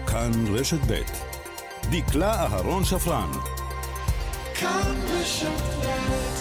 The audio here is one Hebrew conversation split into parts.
כאן רשת ב' דקלה אהרון שפרן. כאן רשת ב'.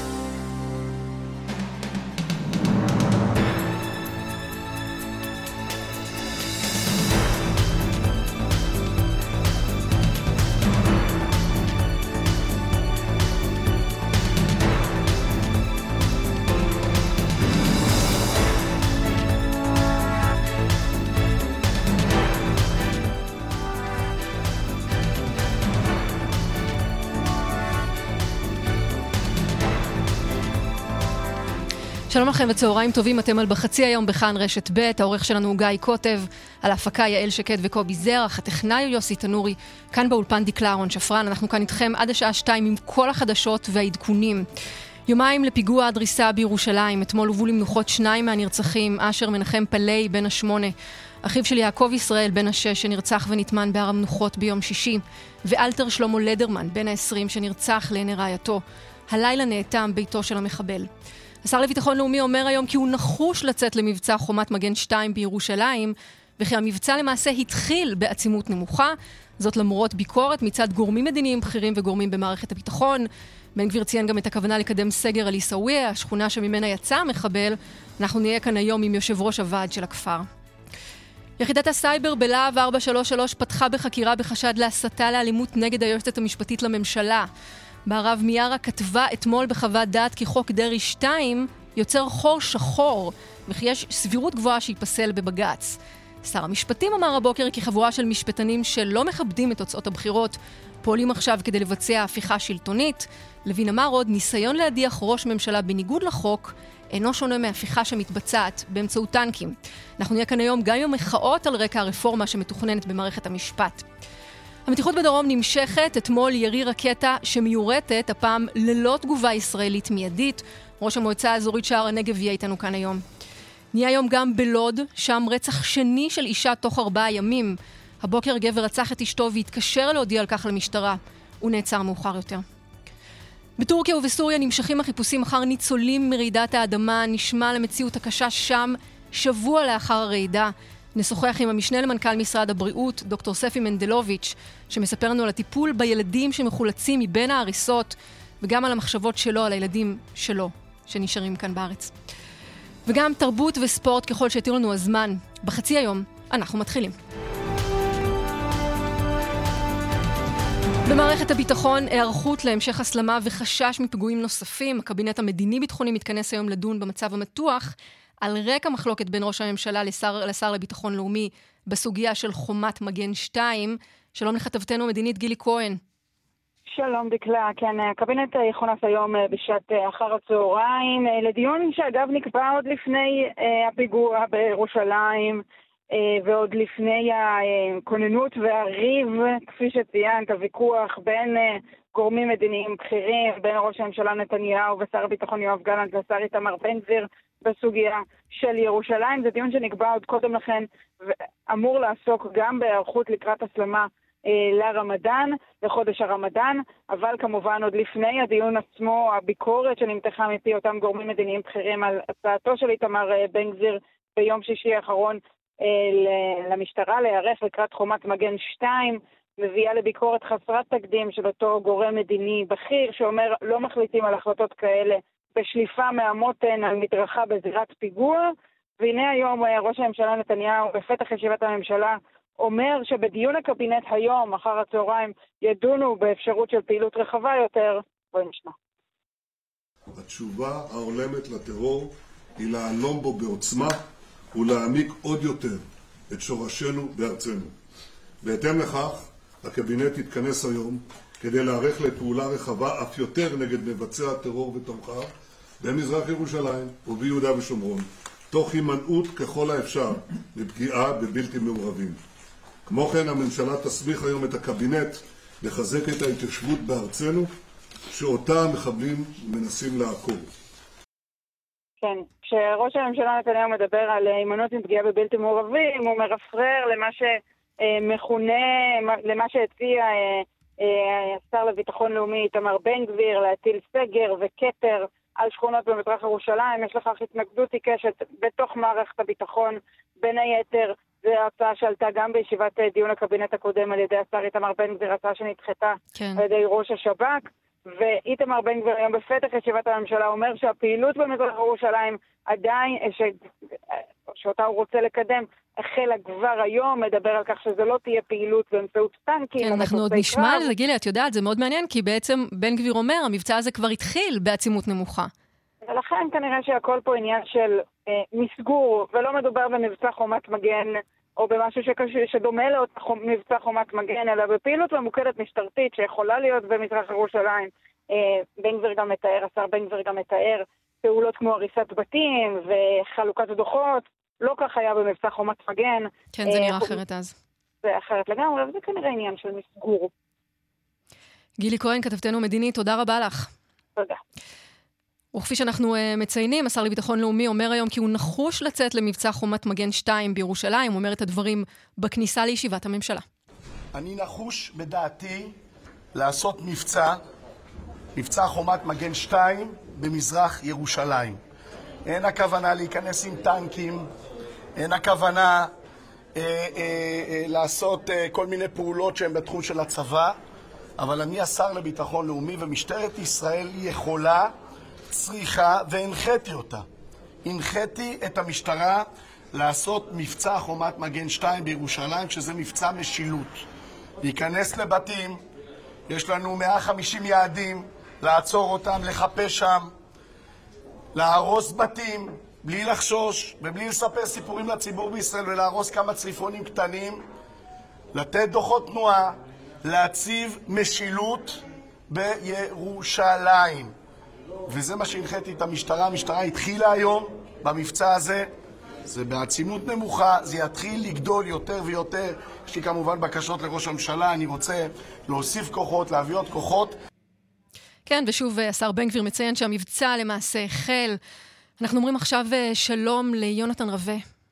שלום לכם וצהריים טובים, אתם על בחצי היום בכאן רשת ב'. העורך שלנו הוא גיא קוטב, על ההפקה יעל שקד וקובי זרח, הטכנאי יוסי תנורי, כאן באולפן דקלה אהרון שפרן. אנחנו כאן איתכם עד השעה 2 עם כל החדשות והעדכונים. יומיים לפיגוע הדריסה בירושלים, אתמול הובאו למנוחות 2 מהנרצחים, אשר מנחם פלי בן 8, אחיו של יעקב ישראל בן 6 שנרצח ונטמן בהר המנוחות ביום שישי, ואלתר שלמה לדרמן בן 20 שנרצח לעיני רעייתו. הלילה נאטם ביתו של המחבל. השר לביטחון לאומי אומר היום כי הוא נחוש לצאת למבצע חומת מגן 2 בירושלים, וכי המבצע למעשה התחיל בעצימות נמוכה, זאת למרות ביקורת מצד גורמים מדיניים בכירים וגורמים במערכת הביטחון. בן גביר ציין גם את הכוונה לקדם סגר על עיסאוויה, השכונה שממנה יצא המחבל. אנחנו נהיה כאן היום עם יושב ראש הוועד של הכפר. יחידת הסייבר בלהב 433 פתחה בחקירה בחשד להסתה לאלימות נגד היועצת המשפטית לממשלה. בהרב מיארה כתבה אתמול בחוות דעת כי חוק דרעי 2 יוצר חור שחור, וכי יש סבירות גבוהה שיפסל בבג"ץ. שר המשפטים אמר הבוקר כי חבורה של משפטנים שלא מכבדים את תוצאות הבחירות פועלים עכשיו כדי לבצע הפיכה שלטונית. לוין אמר עוד, ניסיון להדיח ראש ממשלה בניגוד לחוק אינו שונה מהפיכה שמתבצעת באמצעות טנקים. אנחנו נהיה כאן היום גם עם מחאות על רקע הרפורמה שמתוכננת במערכת המשפט. המתיחות בדרום נמשכת, אתמול ירי רקטה שמיורטת, הפעם ללא תגובה ישראלית מיידית. ראש המועצה האזורית שער הנגב יהיה איתנו כאן היום. נהיה היום גם בלוד, שם רצח שני של אישה תוך 4 ימים. הבוקר גבר רצח את אשתו והתקשר להודיע על כך למשטרה. הוא נעצר מאוחר יותר. בטורקיה ובסוריה נמשכים החיפושים אחר ניצולים מרעידת האדמה. נשמע למציאות הקשה שם שבוע לאחר הרעידה. נשוחח עם המשנה למנכ"ל משרד הבריאות, דוקטור ספי מנדלוביץ', שמספר לנו על הטיפול בילדים שמחולצים מבין ההריסות, וגם על המחשבות שלו, על הילדים שלו, שנשארים כאן בארץ. וגם תרבות וספורט ככל שיתיר לנו הזמן. בחצי היום אנחנו מתחילים. במערכת הביטחון, הערכות להמשך הסלמה וחשש מפיגועים נוספים. הקבינט המדיני-ביטחוני מתכנס היום לדון במצב המתוח, על רקע מחלוקת בין ראש הממשלה לשר לביטחון לאומי בסוגיה של חומת מגן 2. שלום לכתבתנו המדינית גילי כהן. שלום דקלה, כן, הקבינט יכונס היום בשעת אחר הצהריים לדיון שאגב נקבע עוד לפני הפיגוע בירושלים ועוד לפני הכוננות והריב, כפי שציינת, הוויכוח בין גורמים מדיניים בכירים, בין ראש הממשלה נתניהו ושר הביטחון יואב גלנט לשר איתמר בן גביר בסוגיה של ירושלים. זה דיון שנקבע עוד קודם לכן ואמור לעסוק גם בהיערכות לקראת הסלמה לרמדאן, לחודש הרמדאן, אבל כמובן עוד לפני הדיון עצמו, הביקורת שנמתחה מפי אותם גורמים מדיניים בכירים על הצעתו של איתמר בן גביר ביום שישי האחרון למשטרה להיערך לקראת חומת מגן 2, מביאה לביקורת חסרת תקדים של אותו גורם מדיני בכיר שאומר לא מחליטים על החלטות כאלה בשליפה מהמותן על מדרכה בזירת פיגוע. והנה היום ראש הממשלה נתניהו בפתח ישיבת הממשלה אומר שבדיון הקבינט היום אחר הצהריים ידונו באפשרות של פעילות רחבה יותר. בואי נשמע. התשובה ההולמת לטרור היא להלום בו בעוצמה ולהעמיק עוד יותר את שורשינו בארצנו. בהתאם לכך, הקבינט יתכנס היום כדי להיערך לפעולה רחבה אף יותר נגד מבצע הטרור ותומכיו במזרח ירושלים וביהודה ושומרון, תוך הימנעות ככל האפשר לפגיעה בבלתי מעורבים. כמו כן, הממשלה תסמיך היום את הקבינט לחזק את ההתיישבות בארצנו, שאותה המחבלים מנסים לעקור. כן, כשראש הממשלה נתניהו מדבר על הימנעות מפגיעה בבלתי מעורבים, הוא מרפרר למה שמכונה, למה שהציע השר לביטחון לאומי איתמר בן גביר, להטיל סגר וכתר על שכונות במזרח ירושלים. יש לכך התנגדות עיקשת בתוך מערכת הביטחון, בין היתר זו הצעה שעלתה גם בישיבת דיון הקבינט הקודם על ידי השר איתמר בן גביר, הצעה שנדחתה על ידי ראש השב"כ, ואיתמר בן גביר היום בפתח ישיבת הממשלה אומר שהפעילות במזרח ירושלים עדיין, שאותה הוא רוצה לקדם, החלה כבר היום, מדבר על כך שזה לא תהיה פעילות באמצעות טנקים. כן, אנחנו עוד נשמע על זה, גילי, את יודעת, זה מאוד מעניין, כי בעצם בן גביר אומר, המבצע הזה כבר התחיל בעצימות נמוכה. ולכן כנראה שהכל פה עניין של מסגור, ולא מדובר במבצע חומת מגן, או במשהו שדומה לאותה מבצע חומת מגן, אלא בפעילות ממוקדת משטרתית שיכולה להיות במזרח ירושלים. בן גביר גם מתאר, השר בן גביר גם מתאר, פעולות כמו הריסת בתים וחלוקת דוחות, לא כך היה במבצע חומת מגן. כן, זה נראה אחרת אז. זה אחרת לגמרי, אבל זה כנראה עניין של מסגור. גילי כהן, כתבתנו מדינית, תודה רבה לך. תודה. וכפי שאנחנו מציינים, השר לביטחון לאומי אומר היום כי הוא נחוש לצאת למבצע חומת מגן 2 בירושלים, הוא אומר את הדברים בכניסה לישיבת הממשלה. אני נחוש בדעתי לעשות מבצע חומת מגן 2 במזרח ירושלים. אין הכוונה להיכנס עם טנקים, אין הכוונה לעשות כל מיני פעולות שהן בתחום של הצבא, אבל אני השר לביטחון לאומי ומשטרת ישראל יכולה, צריכה, והנחיתי אותה. הנחיתי את המשטרה לעשות מבצע חומת מגן 2 בירושלים, שזה מבצע משילות. להיכנס לבתים, יש לנו 150 יעדים, לעצור אותם, לחפש שם, להרוס בתים, בלי לחשוש ובלי לספר סיפורים לציבור בישראל ולהרוס כמה צריפונים קטנים, לתת דוחות תנועה, להציב משילות בירושלים. וזה מה שהנחיתי את המשטרה. המשטרה התחילה היום במבצע הזה, זה בעצימות נמוכה, זה יתחיל לגדול יותר ויותר. יש לי כמובן בקשות לראש הממשלה, אני רוצה להוסיף כוחות, להביא עוד כוחות. כן, ושוב השר בן גביר מציין שהמבצע למעשה החל. אנחנו אומרים עכשיו שלום ליונתן רווה.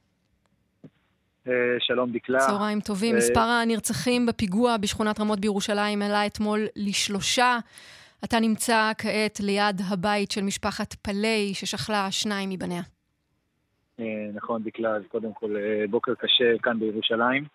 שלום דקלה. צהריים טובים. מספר הנרצחים בפיגוע בשכונת רמות בירושלים עלה אתמול ל3. אתה נמצא כעת ליד הבית של משפחת פלי ששכלה 2 מבניה. נכון דקלה, אז קודם כל בוקר קשה כאן בירושלים.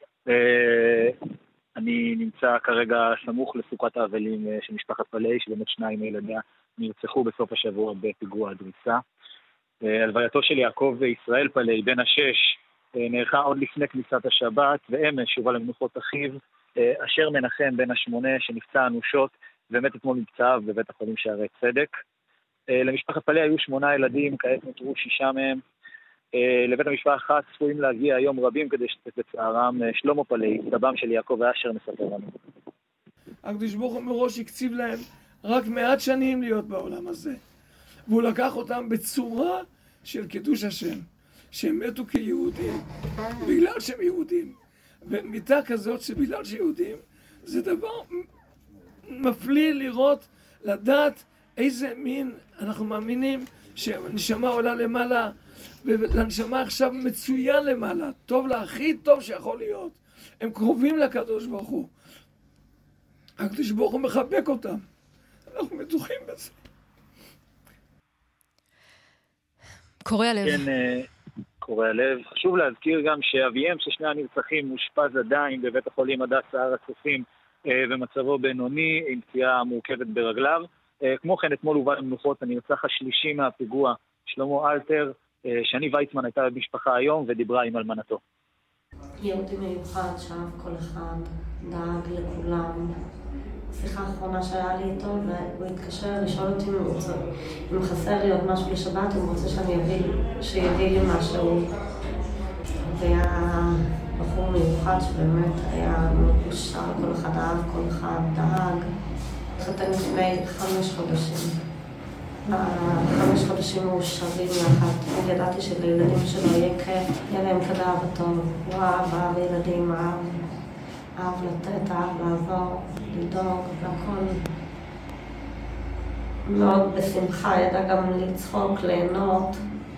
אני נמצא כרגע סמוך לסוכת האבלים של משפחת פלי, שבאמת 2 מילדיה נרצחו בסוף השבוע בפיגוע הדריסה. הלווייתו של יעקב וישראל פלי, בן 6, נערכה עוד לפני כניסת השבת, ואמש הובא למנוחות אחיו, אשר מנחם בן 8, שנפצע אנושות, ומת אתמול מפצעיו בבית החולים שערי צדק. למשפחת פלי היו 8 ילדים, כעת נותרו 6 מהם. לבית המשפחה צפויים להגיע היום רבים כדי שתת בצערם. שלמה פלי, סבם של יעקב ואשר, מספר לנו. הקדוש ברוך הוא מראש הקציב להם רק מעט שנים להיות בעולם הזה. והוא לקח אותם בצורה של קידוש השם. שהם מתו כיהודים, בגלל שהם יהודים. ומיטה כזאת שבגלל שיהודים, זה דבר מפליא לראות, לדעת איזה מין, אנחנו מאמינים שהנשמה עולה למעלה, והנשמה עכשיו מצוין למעלה, טוב לה, הכי טוב שיכול להיות. הם קרובים לקדוש ברוך הוא. הקדוש ברוך הוא מחבק אותם. אנחנו בטוחים בזה. קורא הלב. כן, קורא הלב. חשוב להזכיר גם שאביהם ששני הנרצחים מושפז עדיין בבית החולים הדסה הר הצופים, ומצבו בינוני עם פציעה מורכבת ברגליו. כמו כן, אתמול הובא למנוחות הנרצח השלישי מהפיגוע, שלמה אלתר. שני ויצמן הייתה במשפחה היום ודיברה עם אלמנתו. יהודי מיוחד שם, כל אחד דאג לכולם. שיחה האחרונה שהיה לי איתו, והוא התקשר לשאול אותי אם חסר לי עוד משהו לשבת, הוא רוצה שיביא לי משהו. והיה בחור מיוחד שבאמת היה מקושר, כל אחד אהב, כל אחד דאג. התחתן לפני 5 חודשים. 5 חודשים מאושרים יחד. אני ידעתי שלילדים שלו יהיה כיף, יהיה להם כזה אהבה טוב. הוא אהב ילדים, אהב לתת, אהב לעזור, לדאוג, והכל מאוד בשמחה, ידע גם לצחוק, ליהנות.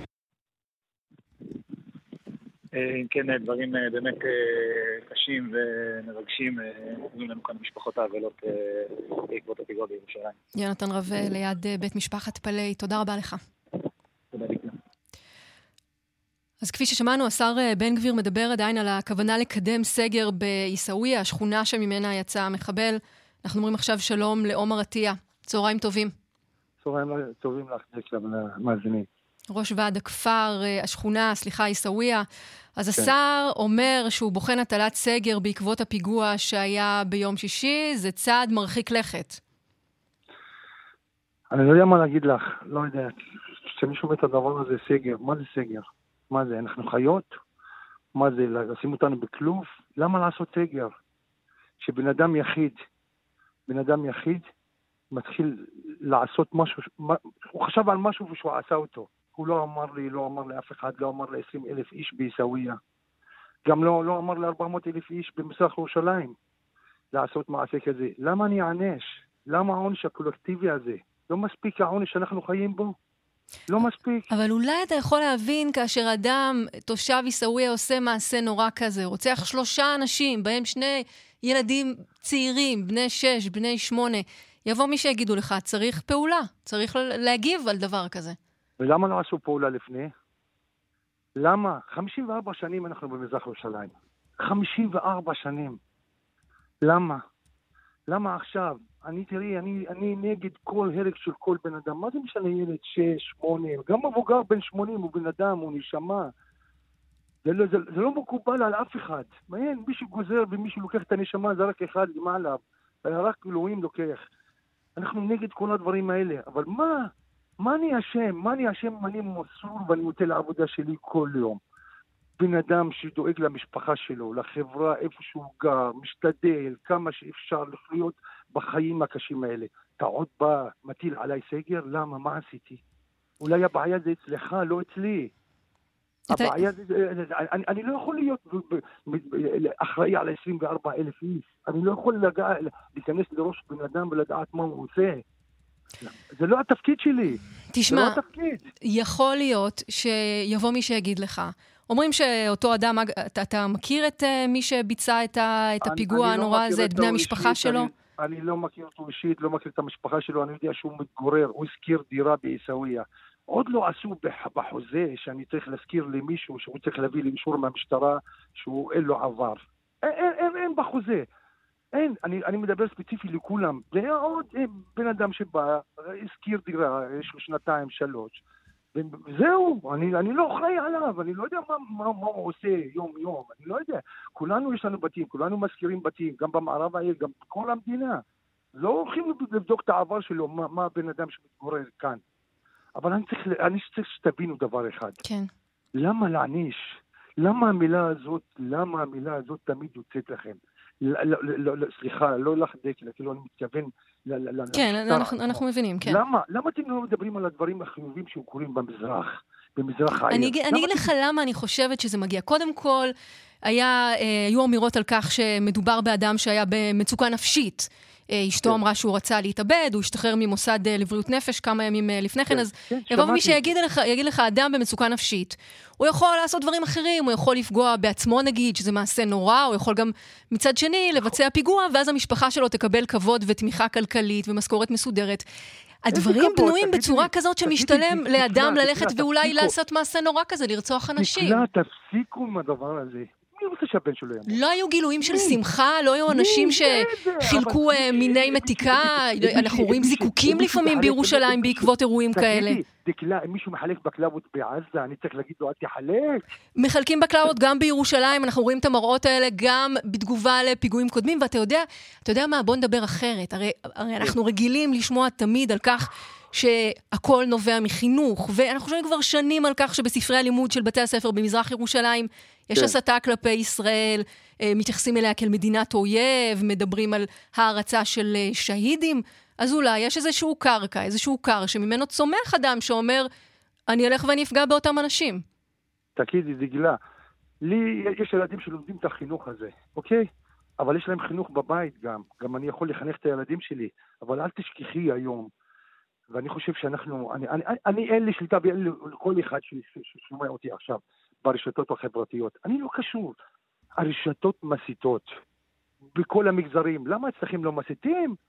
כן, דברים באמת קשים ומרגשים קוראים לנו כאן משפחות האבלות בעקבות הפיגוע בירושלים. יונתן רווה ליד בית משפחת פלי, תודה רבה לך. תודה דקלה. אז כפי ששמענו, השר בן גביר מדבר עדיין על הכוונה לקדם סגר בעיסאוויה, השכונה שממנה יצא המחבל. אנחנו אומרים עכשיו שלום לעומר עטיה. צהריים טובים. צהריים טובים לך, למאזינים. ראש ועד הכפר, עיסאוויה. אז השר אומר שהוא בוחן הטלת סגר בעקבות הפיגוע שהיה ביום שישי. זה צעד מרחיק לכת. אני לא יודע מה להגיד לך, לא יודע. כשאני שומע את הדבר הזה, סגר, מה זה סגר? מה זה, אנחנו חיות? מה זה, לשים אותנו בכלוב? למה לעשות סגר? שבן אדם יחיד מתחיל לעשות משהו, הוא חשב על משהו ושהוא עשה אותו. הוא לא אמר לאף אחד, לא אמר ל20,000 איש בעיסאוויה. גם לא אמר ל400,000 איש במזרח ירושלים לעשות מעשה כזה. למה אני אענש? למה העונש הקולקטיבי הזה? לא מספיק העונש שאנחנו חיים בו? לא מספיק. אבל אולי אתה יכול להבין כאשר אדם, תושב עיסאוויה, עושה מעשה נורא כזה, רוצח 3 אנשים, בהם 2 ילדים צעירים, בני 6, בני 8, יבוא מי שיגידו לך, צריך פעולה, צריך להגיב על דבר כזה. ולמה לא עשו פעולה לפני? למה? 54 שנים אנחנו במזרח ירושלים. 54 שנים. למה? למה עכשיו? אני נגד כל הרג של כל בן אדם. מה זה משנה ילד 6, 8? גם מבוגר בן 80 הוא בן אדם, הוא נשמה. זה לא מקובל על אף אחד. מעניין, מישהו גוזר ומישהו לוקח את הנשמה, זה רק אחד למעלה. רק אלוהים לוקח. אנחנו נגד כל הדברים האלה. אבל מה אני אשם? אני מסור ואני מוטה לעבודה שלי כל יום. בן אדם שדואג למשפחה שלו, לחברה, איפה שהוא גר, משתדל, כמה שאפשר לחיות בחיים הקשים האלה. אתה עוד בא, מטיל עליי סגר? למה? מה עשיתי? אולי הבעיה זה אצלך, לא אצלי. הבעיה זה, אני לא יכול להיות אחראי על 24,000 איש. אני לא יכול להיכנס לראש בן אדם ולדעת מה הוא עושה. זה לא התפקיד שלי. תשמע, יכול להיות שיבוא מי שיגיד לך. אומרים שאותו אדם, אתה מכיר את מי שביצע את הפיגוע הנורא הזה, את בני המשפחה שלו? אני לא מכיר אותו אישית, לא מכיר את המשפחה שלו, אני יודע שהוא מתגורר, הוא הזכיר דירה בעיסאוויה. עוד לא עשו בחוזה שאני צריך להזכיר למישהו שהוא צריך להביא לאישור מהמשטרה שהוא אין לו עבר. אין בחוזה. אין, אני מדבר ספציפי לכולם. זה עוד בן אדם שבא, הזכיר דירה, יש לו 2-3, וזהו, אני לא אחראי עליו, אני לא יודע מה הוא עושה יום, אני לא יודע. כולנו יש לנו בתים, כולנו מזכירים בתים, גם במערב העיר, גם בכל המדינה. לא הולכים לבדוק את העבר שלו, מה הבן אדם שמתגורר כאן. אבל אני צריך שתבינו דבר אחד. כן. למה להעניש? למה המילה הזאת תמיד יוצאת לכם? סליחה, לא לחדק, כאילו אני מתכוון כן, אנחנו מבינים, כן. למה אתם לא מדברים על הדברים החיובים שקורים במזרח העיר? אני אגיד לך למה אני חושבת שזה מגיע. קודם כל, היו אמירות על כך שמדובר באדם שהיה במצוקה נפשית. אשתו אמרה שהוא רצה להתאבד, הוא השתחרר ממוסד לבריאות נפש כמה ימים לפני כן, אז יבוא מי שיגיד לך אדם במצוקה נפשית. הוא יכול לעשות דברים אחרים, הוא יכול לפגוע בעצמו נגיד, שזה מעשה נורא, הוא יכול גם מצד שני לבצע פיגוע, ואז המשפחה שלו תקבל כבוד ותמיכה כלכלית ומשכורת מסודרת. הדברים בנויים בצורה כזאת שמשתלם לאדם ללכת ואולי לעשות מעשה נורא כזה, לרצוח אנשים. תפסיקו עם הדבר הזה. לא היו גילויים של שמחה, לא היו אנשים שחילקו מיני מתיקה, אנחנו רואים זיקוקים לפעמים בירושלים בעקבות אירועים כאלה. אם מישהו מחלק בקלאות בעזה, אני צריך להגיד לו, אל תחלק. מחלקים בקלאות גם בירושלים, אנחנו רואים את המראות האלה גם בתגובה לפיגועים קודמים, ואתה יודע מה, בוא נדבר אחרת. הרי אנחנו רגילים לשמוע תמיד על כך שהכל נובע מחינוך, ואנחנו חושבים כבר שנים על כך שבספרי הלימוד של בתי הספר במזרח ירושלים יש הסתה כלפי ישראל, מתייחסים אליה כאל מדינת אויב, מדברים על הערצה של שהידים, אז אולי יש איזשהו קרקע, איזשהו קר שממנו צומח אדם שאומר, אני אלך ואני אפגע באותם אנשים. תגידי, דגלה, לי יש ילדים שלומדים את החינוך הזה, אוקיי? אבל יש להם חינוך בבית גם אני יכול לחנך את הילדים שלי, אבל אל תשכחי היום, ואני חושב שאנחנו, אני אין לי שליטה ואין לי כל אחד ששומע אותי עכשיו ברשתות החברתיות. אני לא קשור. הרשתות מסיתות בכל המגזרים. למה אצלכם לא מסיתים?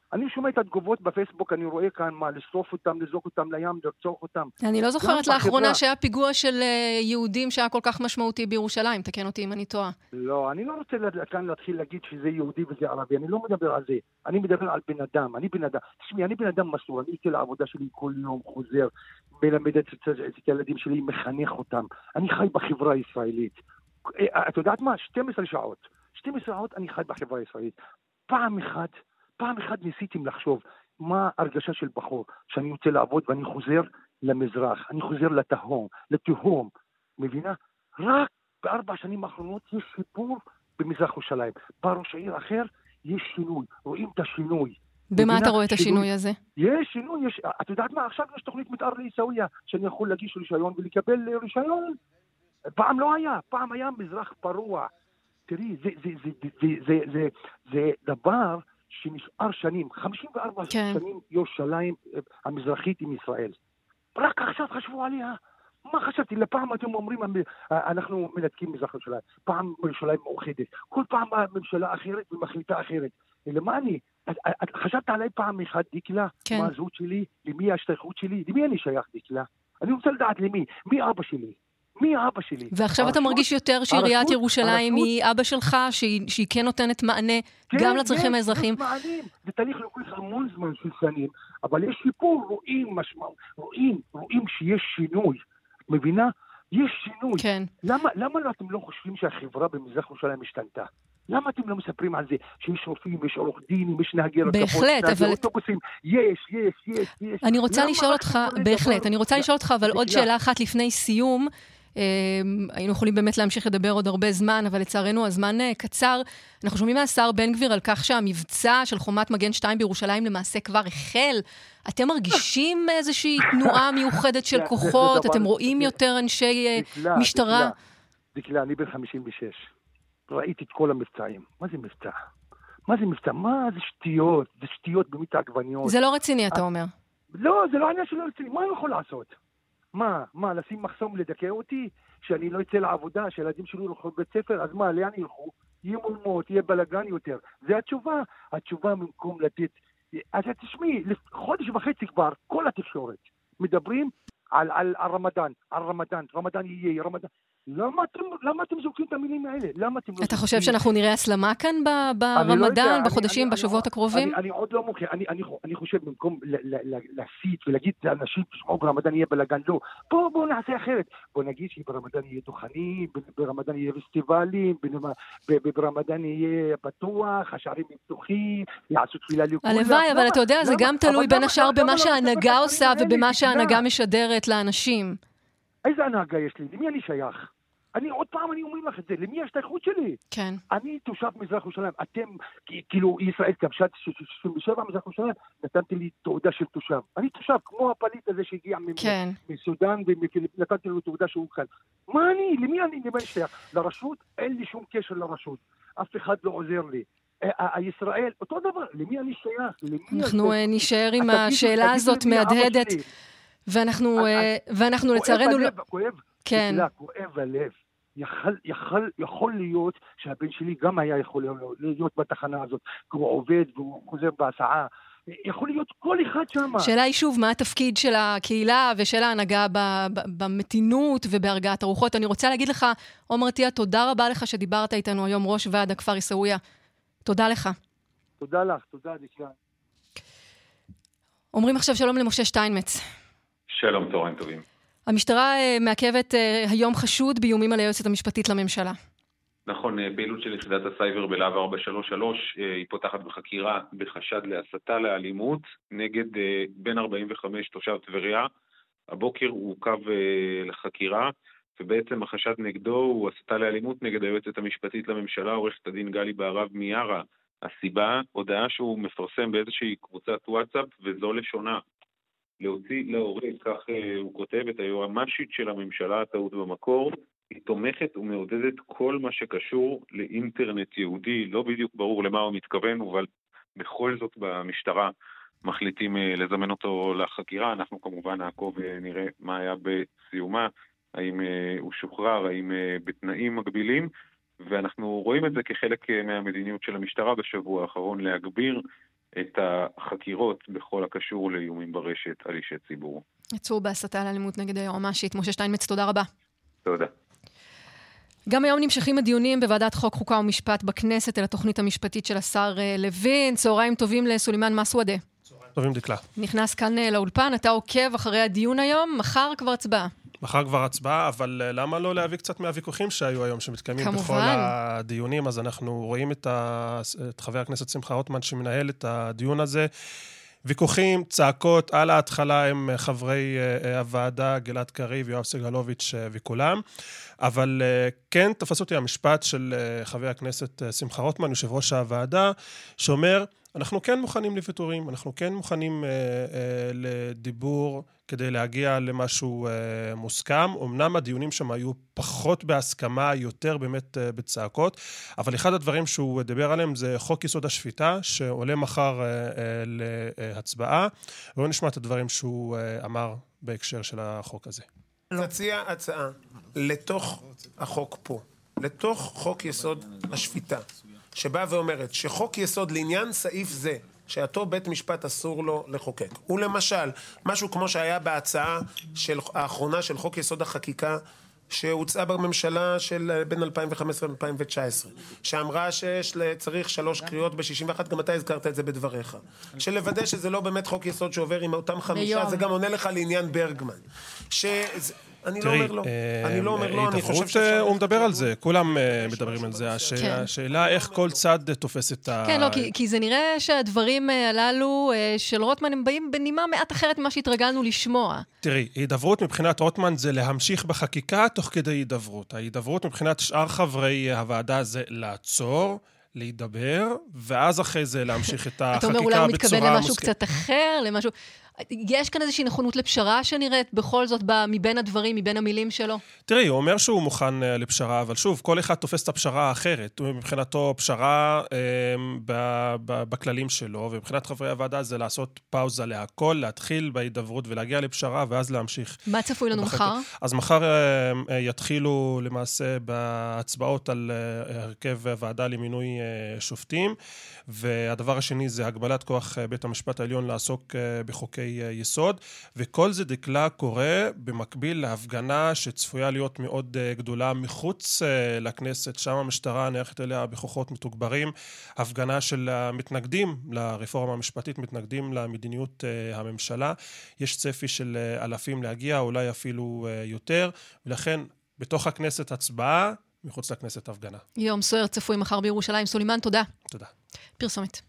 אני שומע את התגובות בפייסבוק, אני רואה כאן מה, לשרוף אותם, לזרוק אותם לים, לרצוח אותם. אני לא זוכרת לאחרונה שהיה פיגוע של יהודים שהיה כל כך משמעותי בירושלים, תקן אותי אם אני טועה. לא, אני לא רוצה כאן להתחיל להגיד שזה יהודי וזה ערבי, אני לא מדבר על זה. אני מדבר על בן אדם, אני בן אדם מסור, אני יוצא לעבודה שלי כל יום, חוזר, מלמד את הילדים שלי, מחנך אותם. אני חי בחברה הישראלית. את יודעת מה? 12 שעות אני חי בחברה הישראלית. פעם אחת ניסיתם לחשוב מה הרגשה של בחור, שאני יוצא לעבוד ואני חוזר למזרח, אני חוזר לתהום, מבינה? רק ב4 שנים האחרונות יש שיפור במזרח ירושלים. בא ראש העיר אחר, יש שינוי, רואים את השינוי. במה אתה רואה את השינוי הזה? יש שינוי, את יודעת מה? עכשיו יש תוכנית מתאר לעיסאוויה, שאני יכול להגיש רישיון ולקבל רישיון. פעם לא היה, פעם היה מזרח פרוע. תראי, זה דבר שנשאר שנים, 54 שנים ירושלים המזרחית עם ישראל. רק עכשיו חשבו עליה. מה חשבתי? לפעם אתם אומרים, אנחנו מנתקים מזרח ירושלים. פעם ירושלים מאוחדת. כל פעם ממשלה אחרת ומחליטה אחרת. למה אני? חשבת עליי פעם אחד, דקלה? מה הזהות שלי? למי ההשתייכות שלי? למי אני שייך, דקלה? אני רוצה לדעת למי. מי אבא שלי? ועכשיו אתה מרגיש יותר שעיריית ירושלים היא אבא שלך, שהיא כן נותנת מענה גם לצרכים האזרחיים? כן, זה תהליך לוקח המון זמן של שנים, אבל יש שיפור, רואים שיש שינוי. מבינה? יש שינוי. כן. למה אתם לא חושבים שהחברה במזרח ירושלים השתנתה? למה אתם לא מספרים על זה שיש רופאים, יש עורך דין, יש נהגי רכבות, בהחלט, אבל... אוטובוסים, יש. אני רוצה לשאול אותך, בהחלט, אני רוצה לשאול אותך, אבל עוד שאלה אחת לפני סיום, היינו יכולים באמת להמשיך לדבר עוד הרבה זמן, אבל לצערנו הזמן קצר. אנחנו שומעים מהשר בן גביר על כך שהמבצע של חומת מגן 2 בירושלים למעשה כבר החל. אתם מרגישים איזושהי תנועה מיוחדת של כוחות? אתם רואים יותר אנשי משטרה? דקלה, אני בן 56. ראיתי את כל המבצעים. מה זה מבצע? מה זה שטויות? זה שטויות במית העגבניות. זה לא רציני, אתה אומר. לא, זה לא עניין שלא רציני. מה אני יכול לעשות? מה, לשים מחסום לדכא אותי? שאני לא אצא לעבודה, שהילדים שלי ילכו בבית ספר, אז מה, לאן ילכו? יהיה מולמות, יהיה בלגן יותר. זה התשובה במקום לתת. אז תשמעי, חודש וחצי כבר, כל התקשורת מדברים על רמדאן יהיה, רמדאן. למה אתם זורקים את המילים האלה? אתה חושב שאנחנו נראה הסלמה כאן ברמדאן, בחודשים, בשבועות הקרובים? אני עוד לא מוכן, אני חושב במקום להסיט ולהגיד לאנשים, תשמעו, ברמדאן יהיה בלגן, לא. בואו נעשה אחרת. בואו נגיד שברמדאן יהיה דוכנים, ברמדאן יהיה פסטיבלים, ברמדאן יהיה פתוח, השערים פתוחים, יעשו תפילה לכולם. הלוואי, אבל אתה יודע, זה גם תלוי בין השאר במה שההנהגה עושה ובמה שההנהגה משדרת לאנשים. איזה הנהגה יש לי? למי אני שייך? עוד פעם אני אומר לך את זה, למי ההשתייכות שלי? כן. אני תושב מזרח ירושלים, אתם, כאילו ישראל כבשה 67 מזרח ירושלים, נתנתי לי תעודה של תושב. אני תושב, כמו הפליט הזה שהגיע מסודן, ונתנתי לו תעודה שהוא כאן. מה אני? למי אני שייך? לרשות? אין לי שום קשר לרשות. אף אחד לא עוזר לי. הישראל, אותו דבר, למי אני שייך? אנחנו נשאר עם השאלה הזאת מהדהדת. ואנחנו לצערנו... כואב הלב. יכול להיות שהבן שלי גם היה יכול להיות בתחנה הזאת, כי הוא עובד והוא חוזר בהסעה. יכול להיות כל אחד שם. שאלה היא שוב, מה התפקיד של הקהילה ושל ההנהגה במתינות ובהרגעת הרוחות? אני רוצה להגיד לך, עומר עטיה, תודה רבה לך שדיברת איתנו היום, ראש ועד הכפר עיסאוויה. תודה לך. תודה לך, תודה דקלה. אומרים עכשיו שלום למשה שטיינמץ. שלום, צהריים טובים. המשטרה מעכבת היום חשוד באיומים על היועצת המשפטית לממשלה. נכון, פעילות של יחידת הסייבר בלהב 433, היא פותחת בחקירה בחשד להסתה לאלימות נגד בן 45 תושב טבריה. הבוקר הוא עוכב לחקירה, ובעצם החשד נגדו הוא הסתה לאלימות נגד היועצת המשפטית לממשלה, עורכת הדין גלי בהרב מיארה. הסיבה, הודעה שהוא מפרסם באיזושהי קבוצת וואטסאפ, וזו לשונה. להוציא להורג, כך הוא כותב, את היועמ"שית של הממשלה, הטעות במקור, היא תומכת ומעודדת כל מה שקשור לאינטרנט יהודי, לא בדיוק ברור למה הוא מתכוון, אבל בכל זאת במשטרה מחליטים לזמן אותו לחקירה. אנחנו כמובן נעקוב ונראה מה היה בסיומה, האם הוא שוחרר, האם בתנאים מגבילים, ואנחנו רואים את זה כחלק מהמדיניות של המשטרה בשבוע האחרון להגביר את החקירות בכל הקשור לאיומים ברשת על אישי ציבור. עצור בהסתה לאלימות נגד היועמ"שית. משה שטיינמץ, תודה רבה. תודה. גם היום נמשכים הדיונים בוועדת חוק, חוקה ומשפט בכנסת על התוכנית המשפטית של השר לוין. צהריים טובים לסולימן מסוודה. טובים דקלה. נכנס כאן לאולפן, אתה עוקב אחרי הדיון היום, מחר כבר הצבעה. מחר כבר הצבעה, אבל למה לא להביא קצת מהוויכוחים שהיו היום, שמתקיימים כמובן. בכל הדיונים? אז אנחנו רואים את חבר הכנסת שמחה רוטמן שמנהל את הדיון הזה. ויכוחים, צעקות, על ההתחלה הם חברי הוועדה, גלעד קריב, יואב סגלוביץ' וכולם. אבל כן תפס אותי המשפט של חבר הכנסת שמחה רוטמן, יושב ראש הוועדה, שאומר, אנחנו כן מוכנים לוויתורים, אנחנו כן מוכנים לדיבור כדי להגיע למשהו מוסכם. אמנם הדיונים שם היו פחות בהסכמה, יותר באמת בצעקות, אבל אחד הדברים שהוא דיבר עליהם זה חוק יסוד השפיטה, שעולה מחר להצבעה, ובואו נשמע את הדברים שהוא אמר בהקשר של החוק הזה. נציע הצעה לתוך החוק פה, לתוך חוק יסוד השפיטה, שבאה ואומרת שחוק יסוד לעניין סעיף זה, שאותו בית משפט אסור לו לחוקק. ולמשל, משהו כמו שהיה בהצעה האחרונה של חוק יסוד החקיקה, שהוצאה בממשלה של בין 2015 ל-2019, שאמרה שצריך 3 קריאות ב-61, גם אתה הזכרת את זה בדבריך. שלוודא שזה לא באמת חוק יסוד שעובר עם אותם 5, זה גם עונה לך לעניין ברגמן. אני לא אומר לו, אני חושב שהוא מדבר על זה, כולם מדברים על זה, השאלה איך כל צד תופס את ה... כן, לא, כי זה נראה שהדברים הללו של רוטמן הם באים בנימה מעט אחרת ממה שהתרגלנו לשמוע. תראי, הידברות מבחינת רוטמן זה להמשיך בחקיקה תוך כדי הידברות. ההידברות מבחינת שאר חברי הוועדה זה לעצור, להידבר, ואז אחרי זה להמשיך את החקיקה בצורה... אתה אומר, אולי הוא מתכוון למשהו קצת אחר, למשהו... יש כאן איזושהי נכונות לפשרה שנראית בכל זאת מבין הדברים, מבין המילים שלו? תראי, הוא אומר שהוא מוכן לפשרה, אבל שוב, כל אחד תופס את הפשרה האחרת. מבחינתו פשרה בכללים שלו, ומבחינת חברי הוועדה זה לעשות פאוזה להכל, להתחיל בהידברות ולהגיע לפשרה, ואז להמשיך. מה צפוי לנו מחר? אז מחר יתחילו למעשה בהצבעות על הרכב הוועדה למינוי שופטים, והדבר השני זה הגבלת כוח בית המשפט העליון לעסוק בחוקי יסוד, וכל זה דקלה קורה במקביל להפגנה שצפויה להיות מאוד גדולה מחוץ לכנסת, שם המשטרה נערכת אליה בכוחות מתוגברים, הפגנה של המתנגדים לרפורמה המשפטית, מתנגדים למדיניות הממשלה, יש צפי של אלפים להגיע, אולי אפילו יותר, ולכן בתוך הכנסת הצבעה, מחוץ לכנסת הפגנה. יום סוער צפוי מחר בירושלים. סולימן, תודה. תודה. פרסומת.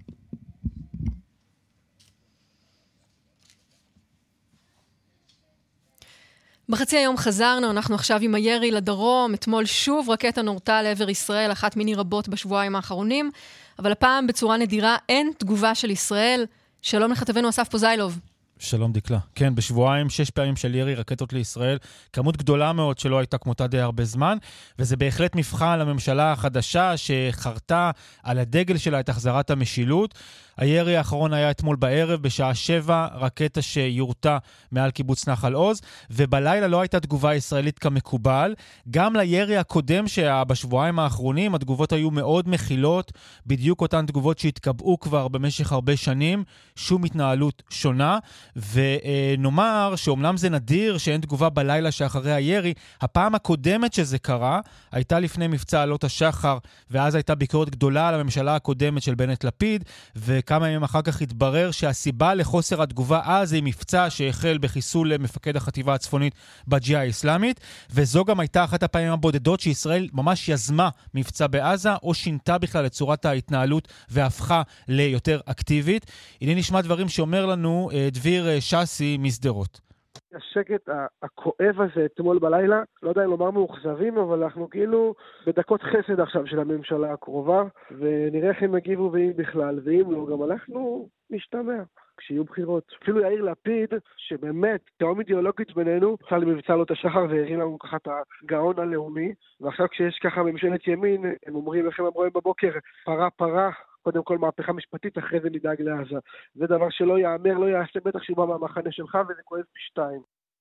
בחצי היום חזרנו, אנחנו עכשיו עם הירי לדרום, אתמול שוב רקטה נורתה לעבר ישראל, אחת מיני רבות בשבועיים האחרונים, אבל הפעם בצורה נדירה אין תגובה של ישראל. שלום לכתבנו אסף פוזיילוב. שלום דקלה. כן, בשבועיים 6 פעמים של ירי רקטות לישראל, כמות גדולה מאוד שלא הייתה כמותה די הרבה זמן, וזה בהחלט מבחן לממשלה החדשה שחרתה על הדגל שלה את החזרת המשילות. הירי האחרון היה אתמול בערב, בשעה 7, רקטה שיורתה מעל קיבוץ נחל עוז, ובלילה לא הייתה תגובה ישראלית כמקובל. גם לירי הקודם שהיה בשבועיים האחרונים, התגובות היו מאוד מכילות, בדיוק אותן תגובות שהתקבעו כבר במשך הרבה שנים, שום התנהלות שונה, ונאמר שאומנם זה נדיר שאין תגובה בלילה שאחרי הירי, הפעם הקודמת שזה קרה, הייתה לפני מבצע עלות השחר, ואז הייתה ביקורת גדולה על הממשלה הקודמת של בנט לפיד, כמה ימים אחר כך התברר שהסיבה לחוסר התגובה אז היא מבצע שהחל בחיסול מפקד החטיבה הצפונית בג'יהאד האסלאמית, וזו גם הייתה אחת הפעמים הבודדות שישראל ממש יזמה מבצע בעזה, או שינתה בכלל את צורת ההתנהלות והפכה ליותר אקטיבית. הנה נשמע דברים שאומר לנו דביר שסי מסדרות. השקט הכואב הזה אתמול בלילה, לא יודע אם לומר מאוכזבים, אבל אנחנו כאילו בדקות חסד עכשיו של הממשלה הקרובה, ונראה איך הם מגיבו ואם בכלל, ואם לא, גם אנחנו נשתמע כשיהיו בחירות. אפילו יאיר לפיד, שבאמת תהום אידיאולוגית בינינו, צא למבצע עלות השחר והרים לנו ככה את הגאון הלאומי, ועכשיו כשיש ככה ממשלת ימין, הם אומרים, איך הם אמרו בבוקר, פרה פרה, קודם כל מהפכה משפטית, אחרי זה נדאג לעזה. זה דבר שלא יאמר, לא יעשה, בטח שהוא בא מהמחנה שלך, וזה כואב פי 2.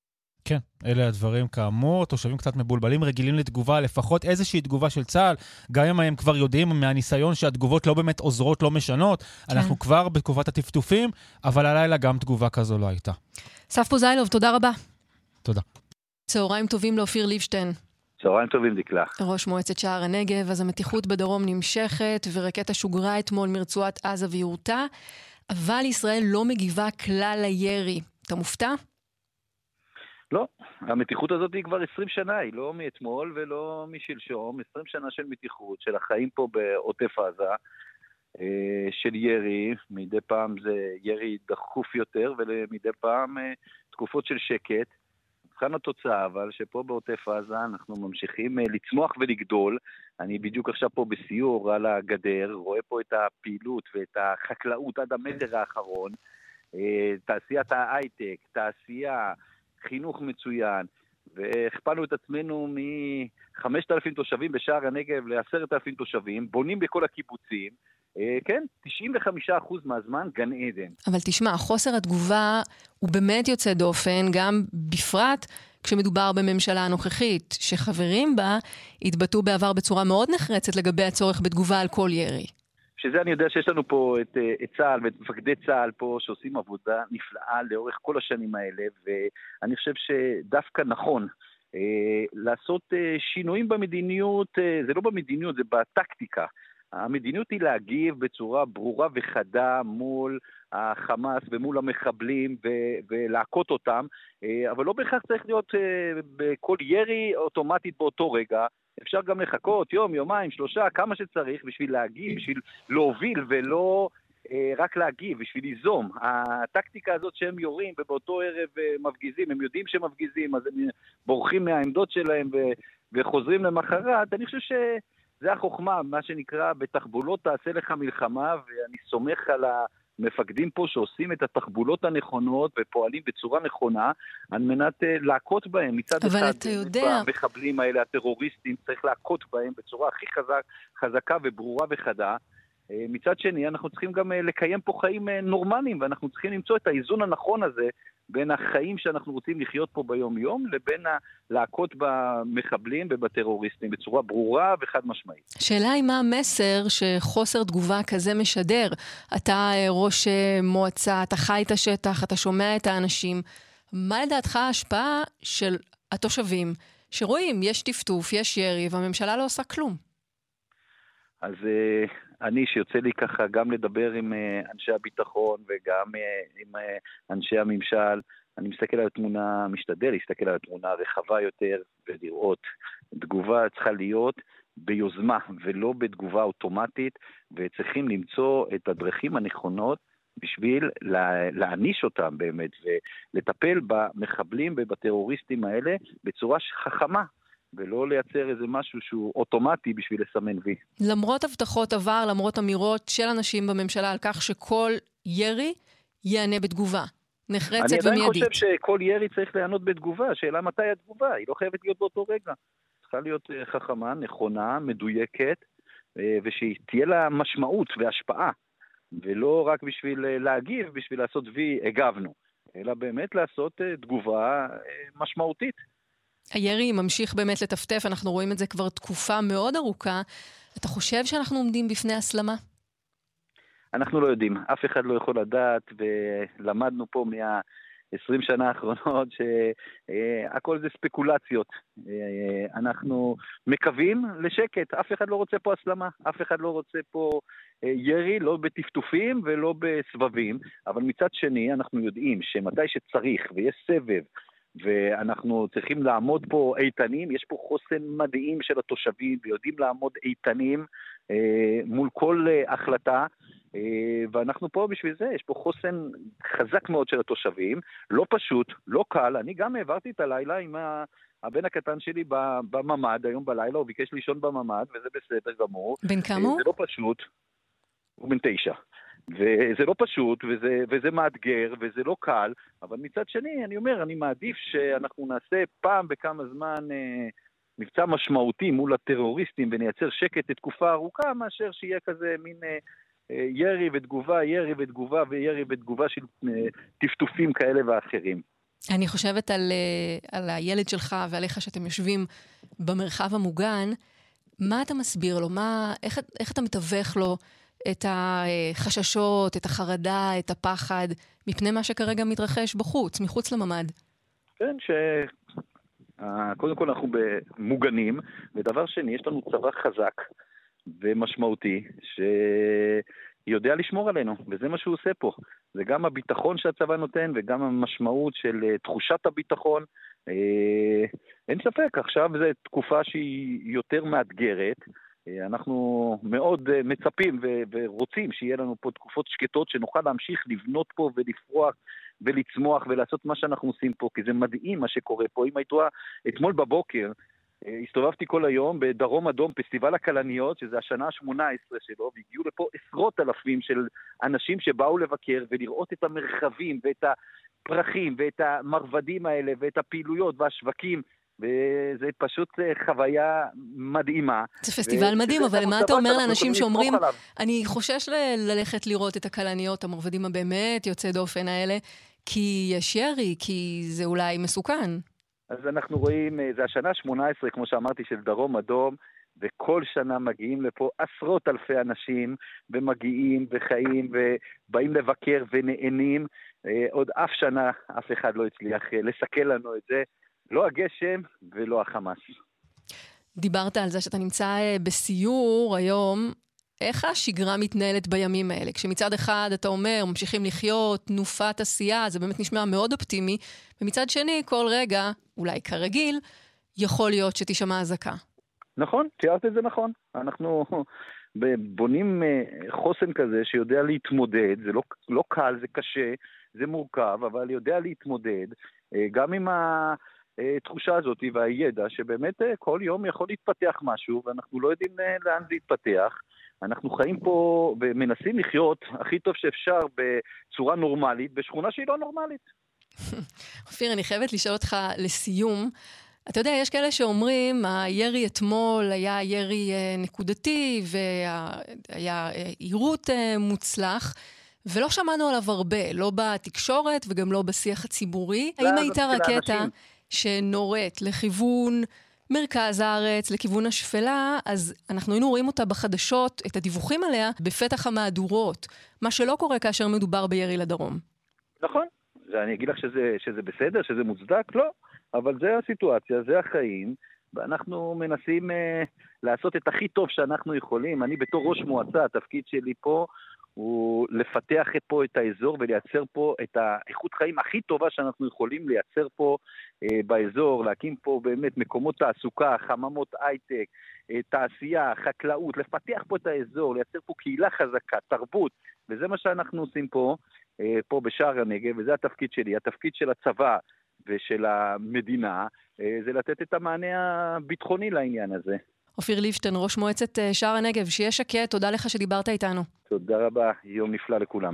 כן, אלה הדברים כאמור, תושבים קצת מבולבלים, רגילים לתגובה, לפחות איזושהי תגובה של צה"ל, גם אם הם כבר יודעים מהניסיון שהתגובות לא באמת עוזרות, לא משנות, אנחנו כבר בתקופת הטפטופים, אבל הלילה גם תגובה כזו לא הייתה. סף פוזיילוב, תודה רבה. תודה. צהריים טובים לאופיר ליבשטיין. צהריים טובים דקלה. ראש מועצת שער הנגב, אז המתיחות בדרום נמשכת, ורקטה שוגרה אתמול מרצועת עזה ויורתה, אבל ישראל לא מגיבה כלל לירי. אתה מופתע? לא, המתיחות הזאת היא כבר 20 שנה, היא לא מאתמול ולא משלשום, 20 שנה של מתיחות, של החיים פה בעוטף עזה, של ירי, מדי פעם זה ירי דחוף יותר, ומדי פעם תקופות של שקט. כאן התוצאה, אבל שפה בעוטף עזה אנחנו ממשיכים לצמוח ולגדול. אני בדיוק עכשיו פה בסיור על הגדר, רואה פה את הפעילות ואת החקלאות עד המטר האחרון, תעשיית ההייטק, תעשייה, חינוך מצוין, והכפלנו את עצמנו מ-5,000 תושבים בשער הנגב ל-10,000 תושבים, בונים בכל הקיבוצים, כן, 95% מהזמן גן עדן. אבל תשמע, חוסר התגובה הוא באמת יוצא דופן, גם בפרט כשמדובר בממשלה הנוכחית, שחברים בה התבטאו בעבר בצורה מאוד נחרצת לגבי הצורך בתגובה על כל ירי. שזה אני יודע שיש לנו פה את צה"ל ואת מפקדי צה"ל פה שעושים עבודה נפלאה לאורך כל השנים האלה, ואני חושב שדווקא נכון לעשות שינויים במדיניות, זה לא במדיניות, זה בטקטיקה. המדיניות היא להגיב בצורה ברורה וחדה מול החמאס ומול המחבלים ולהכות אותם, אבל לא בהכרח צריך להיות בכל ירי אוטומטית באותו רגע. אפשר גם לחכות יום, יומיים, 3, כמה שצריך בשביל להגיב, בשביל להוביל ולא רק להגיב, בשביל ליזום. הטקטיקה הזאת שהם יורים ובאותו ערב מפגיזים, הם יודעים שהם מפגיזים, אז הם בורחים מהעמדות שלהם וחוזרים למחרת. אני חושב שזה החוכמה, מה שנקרא בתחבולות תעשה לך מלחמה, ואני סומך על המפקדים פה שעושים את התחבולות הנכונות ופועלים בצורה נכונה על מנת להכות בהם. מצד אחד, אבל אתה יודע, המחבלים האלה, הטרוריסטים, צריך להכות בהם בצורה הכי חזקה וברורה וחדה. מצד שני, אנחנו צריכים גם לקיים פה חיים נורמליים, ואנחנו צריכים למצוא את האיזון הנכון הזה בין החיים שאנחנו רוצים לחיות פה ביום יום, לבין להכות במחבלים ובטרוריסטים בצורה ברורה וחד משמעית. השאלה היא מה המסר שחוסר תגובה כזה משדר. אתה ראש מועצה, אתה חי את השטח, אתה שומע את האנשים. מה לדעתך ההשפעה של התושבים שרואים, יש טפטוף, יש ירי, והממשלה לא עושה כלום? אז אני שיוצא לי ככה גם לדבר עם אנשי הביטחון וגם עם אנשי הממשל, אני מסתכל על התמונה, משתדל להסתכל על התמונה רחבה יותר ולראות תגובה צריכה להיות ביוזמה ולא בתגובה אוטומטית, וצריכים למצוא את הדרכים הנכונות בשביל להעניש אותם באמת ולטפל במחבלים ובטרוריסטים האלה בצורה חכמה. ולא לייצר איזה משהו שהוא אוטומטי בשביל לסמן וי. למרות הבטחות עבר, למרות אמירות של אנשים בממשלה על כך שכל ירי יענה בתגובה, נחרצת ומיידית. אני עדיין חושב שכל ירי צריך לענות בתגובה, השאלה מתי התגובה, היא לא חייבת להיות באותו רגע. צריכה להיות חכמה, נכונה, מדויקת, ושתהיה לה משמעות והשפעה, ולא רק בשביל להגיב, בשביל לעשות וי, הגבנו, אלא באמת לעשות תגובה משמעותית. הירי ממשיך באמת לטפטף, אנחנו רואים את זה כבר תקופה מאוד ארוכה. אתה חושב שאנחנו עומדים בפני הסלמה? אנחנו לא יודעים, אף אחד לא יכול לדעת, ולמדנו פה מה-20 שנה האחרונות שהכל זה ספקולציות. אנחנו מקווים לשקט, אף אחד לא רוצה פה הסלמה, אף אחד לא רוצה פה ירי, לא בטפטופים ולא בסבבים, אבל מצד שני אנחנו יודעים שמתי שצריך ויש סבב, ואנחנו צריכים לעמוד פה איתנים, יש פה חוסן מדהים של התושבים, ויודעים לעמוד איתנים מול כל החלטה, ואנחנו פה בשביל זה, יש פה חוסן חזק מאוד של התושבים, לא פשוט, לא קל, אני גם העברתי את הלילה עם הבן הקטן שלי בממד, היום בלילה, הוא ביקש לישון בממד, וזה בסדר גמור. בן כמה? זה לא פשוט, הוא בן 9. וזה לא פשוט, וזה מאתגר, וזה לא קל, אבל מצד שני, אני אומר, אני מעדיף שאנחנו נעשה פעם בכמה זמן מבצע משמעותי מול הטרוריסטים, ונייצר שקט לתקופה ארוכה, מאשר שיהיה כזה מין ירי ותגובה, ירי ותגובה, וירי ותגובה של טפטופים כאלה ואחרים. אני חושבת על הילד שלך ועליך שאתם יושבים במרחב המוגן. מה אתה מסביר לו? איך אתה מתווך לו את החששות, את החרדה, את הפחד, מפני מה שכרגע מתרחש בחוץ, מחוץ לממד? כן, קודם כל אנחנו מוגנים, ודבר שני, יש לנו צבא חזק ומשמעותי, שיודע לשמור עלינו, וזה מה שהוא עושה פה. זה גם הביטחון שהצבא נותן, וגם המשמעות של תחושת הביטחון. אין ספק, עכשיו זו תקופה שהיא יותר מאתגרת, אנחנו מאוד מצפים ורוצים שיהיה לנו פה תקופות שקטות, שנוכל להמשיך לבנות פה ולפרוח ולצמוח ולעשות מה שאנחנו עושים פה, כי זה מדהים מה שקורה פה. אם היית רואה, אתמול בבוקר, הסתובבתי כל היום בדרום אדום, פסטיבל הכלניות, שזה השנה ה-18 שלו, והגיעו לפה עשרות אלפים של אנשים שבאו לבקר ולראות את המרחבים ואת הפרחים ואת המרבדים האלה ואת הפעילויות והשווקים, וזה פשוט חוויה מדהימה. זה פסטיבל מדהים, אבל מה אתה אומר לאנשים שאומרים, אני חושש ללכת לראות את הכלניות, המרבדים הבאמת יוצא דופן האלה, כי יש ירי, כי זה אולי מסוכן. אז אנחנו רואים, זה השנה ה-18, כמו שאמרתי, של דרום אדום, וכל שנה מגיעים לפה עשרות אלפי אנשים, ומגיעים וחיים, ובאים לבקר ונהנים. עוד אף שנה אף אחד לא הצליח לסכל לנו את זה, לא הגשם ולא החמאס. דיברת על זה שאתה נמצא בסיור היום. איך השגרה מתנהלת בימים האלה? כשמצד אחד אתה אומר, ממשיכים לחיות, תנופת עשייה, זה באמת נשמע מאוד אופטימי, ומצד שני, כל רגע, אולי כרגיל, יכול להיות שתשמע אזעקה. נכון, תיארת את זה נכון. אנחנו בונים חוסן כזה שיודע להתמודד, זה לא קל, זה קשה, זה מורכב, אבל יודע להתמודד, גם עם התחושה הזאת והידע שבאמת כל יום יכול להתפתח משהו, ואנחנו לא יודעים לאן זה יתפתח. אנחנו חיים פה ומנסים לחיות הכי טוב שאפשר בצורה נורמלית, בשכונה שהיא לא נורמלית. אופיר, אני חייבת לשאול אותך לסיום. אתה יודע, יש כאלה שאומרים, הירי אתמול היה ירי נקודתי, והיה עירות מוצלח, ולא שמענו עליו הרבה, לא בתקשורת וגם לא בשיח הציבורי. האם הייתה רקטה שנורית לכיוון מרכז הארץ, לכיוון השפלה, אז אנחנו היינו רואים אותה בחדשות, את הדיווחים עליה, בפתח המהדורות, מה שלא קורה כאשר מדובר בירי לדרום. נכון, ואני אגיד לך שזה בסדר, שזה מוצדק, לא, אבל זה הסיטואציה, זה החיים, ואנחנו מנסים לעשות את הכי טוב שאנחנו יכולים. אני בתור ראש מועצה, התפקיד שלי פה הוא לפתח פה את האזור ולייצר פה את האיכות חיים הכי טובה שאנחנו יכולים לייצר פה באזור, להקים פה באמת מקומות תעסוקה, חממות הייטק, תעשייה, חקלאות, לפתח פה את האזור, לייצר פה קהילה חזקה, תרבות, וזה מה שאנחנו עושים פה בשער הנגב, וזה התפקיד שלי. התפקיד של הצבא ושל המדינה זה לתת את המענה הביטחוני לעניין הזה. אופיר ליבשטיין, ראש מועצת שער הנגב, שיהיה שקט, תודה לך שדיברת איתנו. תודה רבה, יום נפלא לכולם.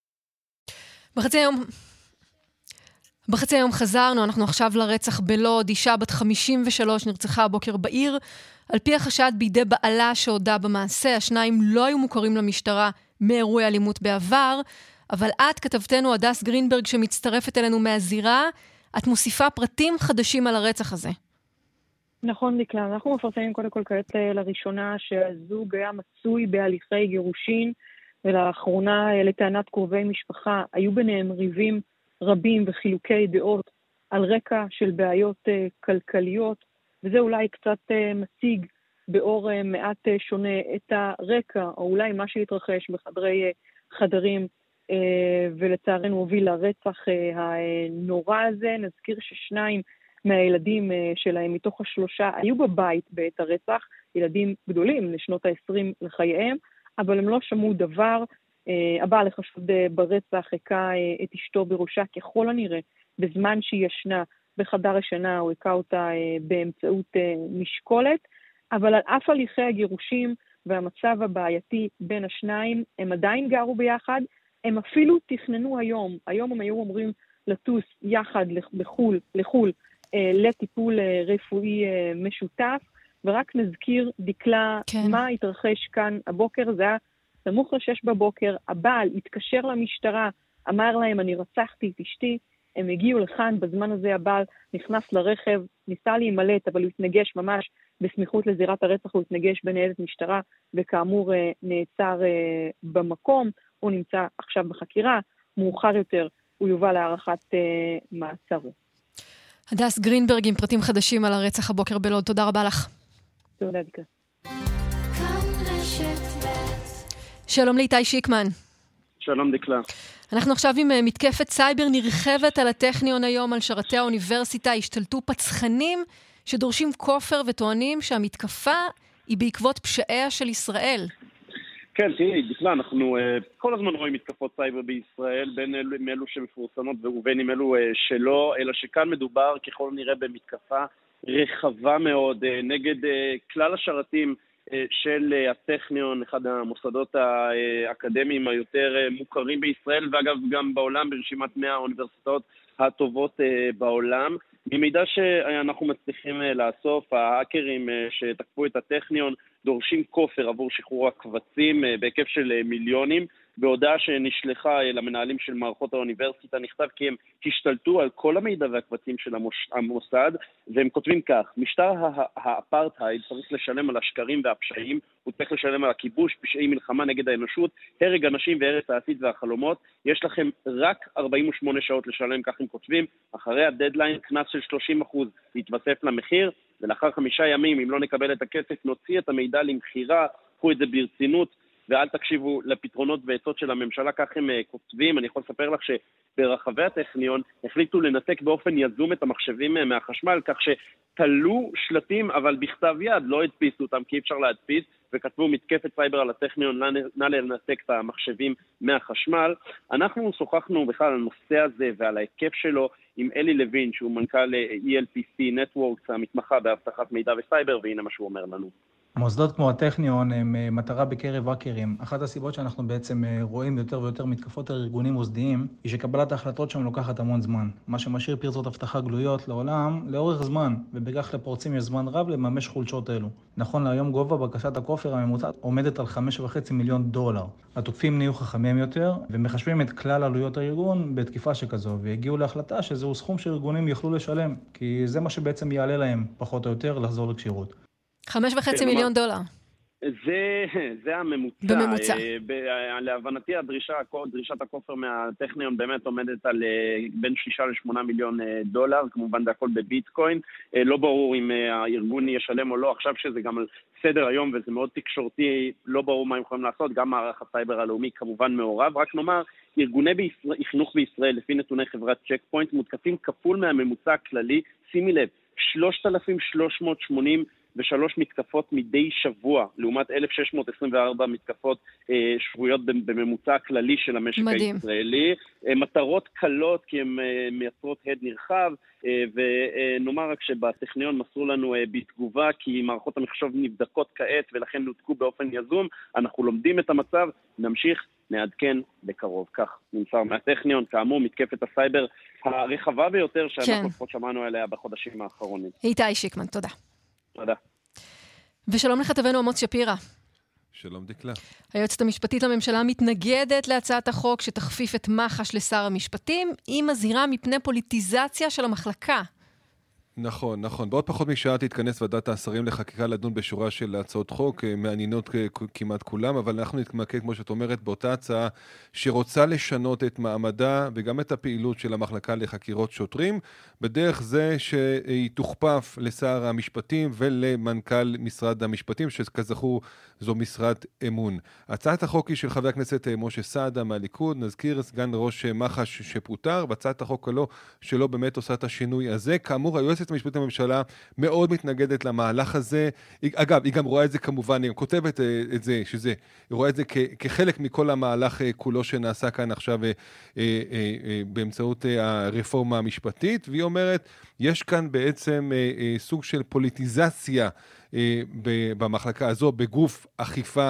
בחצי היום חזרנו, אנחנו עכשיו לרצח בלוד, אישה בת 53 נרצחה הבוקר בעיר, על פי החשד בידי בעלה שהודה במעשה, השניים לא היו מוכרים למשטרה מאירועי אלימות בעבר, אבל את, כתבתנו הדס גרינברג שמצטרפת אלינו מהזירה, את מוסיפה פרטים חדשים על הרצח הזה. נכון, דקלה. אנחנו מפרסמים קודם כל כעת לראשונה שהזוג היה מצוי בהליכי גירושין, ולאחרונה לטענת קרובי משפחה היו ביניהם ריבים רבים וחילוקי דעות על רקע של בעיות כלכליות, וזה אולי קצת מציג באור מעט שונה את הרקע, או אולי מה שהתרחש בחדרי חדרים, ולצערנו הוביל לרצח הנורא הזה. נזכיר ששניים מהילדים שלהם מתוך השלושה היו בבית בעת הרצח, ילדים גדולים לשנות ה-20 לחייהם, אבל הם לא שמעו דבר. הבעל החשוד ברצח הכה את אשתו בראשה ככל הנראה, בזמן שהיא ישנה בחדר השינה, הוא הכה אותה באמצעות משקולת, אבל על אף הליכי הגירושים והמצב הבעייתי בין השניים, הם עדיין גרו ביחד, הם אפילו תכננו היום הם היו אומרים לטוס יחד לחול לטיפול רפואי משותף, ורק נזכיר דקלה מה התרחש כאן הבוקר. זה היה סמוך ל-6 בבוקר, הבעל התקשר למשטרה, אמר להם אני רצחתי את אשתי, הם הגיעו לכאן, בזמן הזה הבעל נכנס לרכב, ניסה להימלט, אבל הוא התנגש ממש בסמיכות לזירת הרצח, הוא התנגש בניידת משטרה, וכאמור נעצר במקום, הוא נמצא עכשיו בחקירה, מאוחר יותר הוא יובא להערכת מעצרו. הדס גרינברג עם פרטים חדשים על הרצח הבוקר בלוד, תודה רבה לך. תודה דקה. שלום לאיתי שיקמן. שלום דקלה. אנחנו עכשיו עם מתקפת סייבר נרחבת על הטכניון היום, על שרתי האוניברסיטה. השתלטו פצחנים שדורשים כופר וטוענים שהמתקפה היא בעקבות פשעיה של ישראל. כן, תראי, דקלה, אנחנו כל הזמן רואים מתקפות סייבר בישראל, בין אלו שמפורסמות ובין עם אלו שלא, אלא שכאן מדובר ככל נראה במתקפה רחבה מאוד נגד כלל השרתים של הטכניון, אחד המוסדות האקדמיים היותר מוכרים בישראל, ואגב גם בעולם ברשימת 100 האוניברסיטאות הטובות בעולם. ממידע שאנחנו מצליחים לאסוף, ההאקרים שתקפו את הטכניון דורשים כופר עבור שחרור הקבצים בהיקף של מיליונים. בהודעה שנשלחה למנהלים של מערכות האוניברסיטה נכתב כי הם השתלטו על כל המידע והקבצים של המוסד, והם כותבים כך: משטר האפרטהייד צריך לשלם על השקרים והפשעים, הוא צריך לשלם על הכיבוש, פשעי מלחמה נגד האנושות, הרג אנשים והרס העתיד והחלומות. יש לכם רק 48 שעות לשלם, כך הם כותבים. אחרי הדדליין קנס של 30% להתווסף למחיר, ולאחר 5 ימים אם לא נקבל את הכסף נוציא את המידע למחירה. קחו את זה ברצינות ואל תקשיבו לפתרונות ועצות של הממשלה, כך הם כותבים. אני יכול לספר לך שברחבי הטכניון החליטו לנתק באופן יזום את המחשבים מהחשמל, כך שתלו שלטים אבל בכתב יד, לא הדפיסו אותם כי אפשר להדפיס, וכתבו מתקפת סייבר על הטכניון, נא לנתק את המחשבים מהחשמל. אנחנו שוחחנו בכלל על הנושא הזה ועל ההיקף שלו עם אלי לוין, שהוא מנכ"ל ELPC Networks, המתמחה באבטחת מידע וסייבר, והנה מה שהוא אומר לנו. מוסדות כמו הטכניון הם מטרה בקרב האקרים. אחת הסיבות שאנחנו בעצם רואים יותר ויותר מתקפות על ארגונים מוסדיים, היא שקבלת ההחלטות שם לוקחת המון זמן. מה שמשאיר פרצות אבטחה גלויות לעולם לאורך זמן, ובכך לפורצים יש זמן רב לממש חולשות אלו. נכון להיום גובה בקשת הכופר הממוצעת עומדת על $5.5 מיליון. התוקפים נהיו חכמים יותר, ומחשבים את כלל עלויות הארגון בתקיפה שכזו, והגיעו להחלטה שזהו סכום שארגונים יוכלו לשלם, כי זה מה שבעצם יעלה להם, פחות או יותר, לחזור לקשירות. $5.5 מיליון. זה הממוצע. בממוצע. להבנתי דרישת הכופר מהטכניון באמת עומדת על בין 6 ל-8 מיליון דולר, כמובן זה הכל בביטקוין. לא ברור אם הארגון ישלם או לא, עכשיו שזה גם על סדר היום וזה מאוד תקשורתי, לא ברור מה הם יכולים לעשות, גם מערך הסייבר הלאומי כמובן מעורב. רק נאמר, ארגוני חינוך בישראל לפי נתוני חברת צ'ק פוינט מותקפים כפול מהממוצע הכללי. שימי לב, 3,383 מתקפות מדי שבוע, לעומת 1,624 מתקפות שבועיות בממוצע הכללי של המשק הישראלי. מטרות קלות כי הן מייצרות הד נרחב, ונאמר רק שבטכניון מסרו לנו בתגובה כי מערכות המחשוב נבדקות כעת ולכן נותקו באופן יזום. אנחנו לומדים את המצב, נמשיך, נעדכן בקרוב. כך נמסר מהטכניון, כאמור מתקפת הסייבר הרחבה ביותר שאנחנו לפחות שמענו עליה בחודשים האחרונים. איתי שיקמן, תודה. תודה. ושלום לכתבנו עמוס שפירא. שלום דקלה. היועצת המשפטית לממשלה מתנגדת להצעת החוק שתכפיף את מח"ש לשר המשפטים, היא מזהירה מפני פוליטיזציה של המחלקה. נכון. בעוד פחות משעה תתכנס ועדת השרים לחקיקה לדון בשורה של הצעות חוק, מעניינות כמעט כולם, אבל אנחנו נתמקד, כמו שאת אומרת, באותה הצעה שרוצה לשנות את מעמדה וגם את הפעילות של המחלקה לחקירות שוטרים, בדרך זה שהיא תוכפף לשר המשפטים ולמנכ"ל משרד המשפטים, שכזכור זו משרת אמון. הצעת החוק היא של חבר הכנסת משה סעדה מהליכוד, נזכיר סגן ראש מח"ש שפוטר, והצעת החוק שלא באמת עושה את השינוי הזה. כאמור, היועצת המשפטית לממשלה מאוד מתנגדת למהלך הזה. אגב, היא גם רואה את זה כמובן, היא כותבת את זה, היא רואה את זה כחלק מכל המהלך כולו שנעשה כאן עכשיו באמצעות הרפורמה המשפטית, והיא אומרת, יש כאן בעצם סוג של פוליטיזציה במחלקה הזו, בגוף אכיפה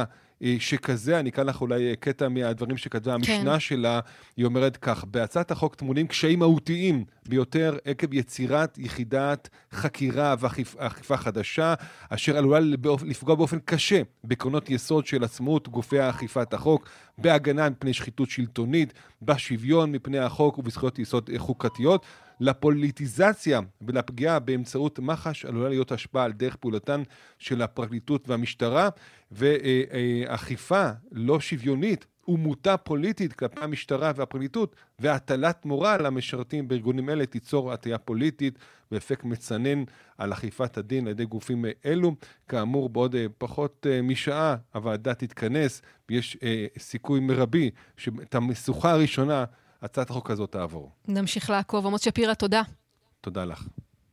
שכזה, אני אקרא לך אולי קטע מהדברים שכתבה המשנה שלה, היא אומרת כך, בהצעת החוק טמונים קשיים מהותיים ביותר עקב יצירת יחידת חקירה ואכיפה חדשה, אשר עלולה לפגוע באופן קשה בעקרונות יסוד של עצמאות גופי אכיפת החוק, בהגנה מפני שחיתות שלטונית, בשוויון מפני החוק ובזכויות יסוד חוקתיות. לפוליטיזציה ולפגיעה באמצעות מח"ש עלולה להיות השפעה על דרך פעולתן של הפרקליטות והמשטרה, ואכיפה לא שוויונית ומוטה פוליטית כלפי המשטרה והפרקליטות והטלת מורל המשרתים בארגונים אלה תיצור הטיה פוליטית ואפקט מצנן על אכיפת הדין על ידי גופים אלו. כאמור, בעוד פחות משעה הוועדה תתכנס ויש סיכוי מרבי שאת המשוכה הראשונה הצעת החוק הזאת תעבור. נמשיך לעקוב. עמוס שפירא, תודה. תודה לך.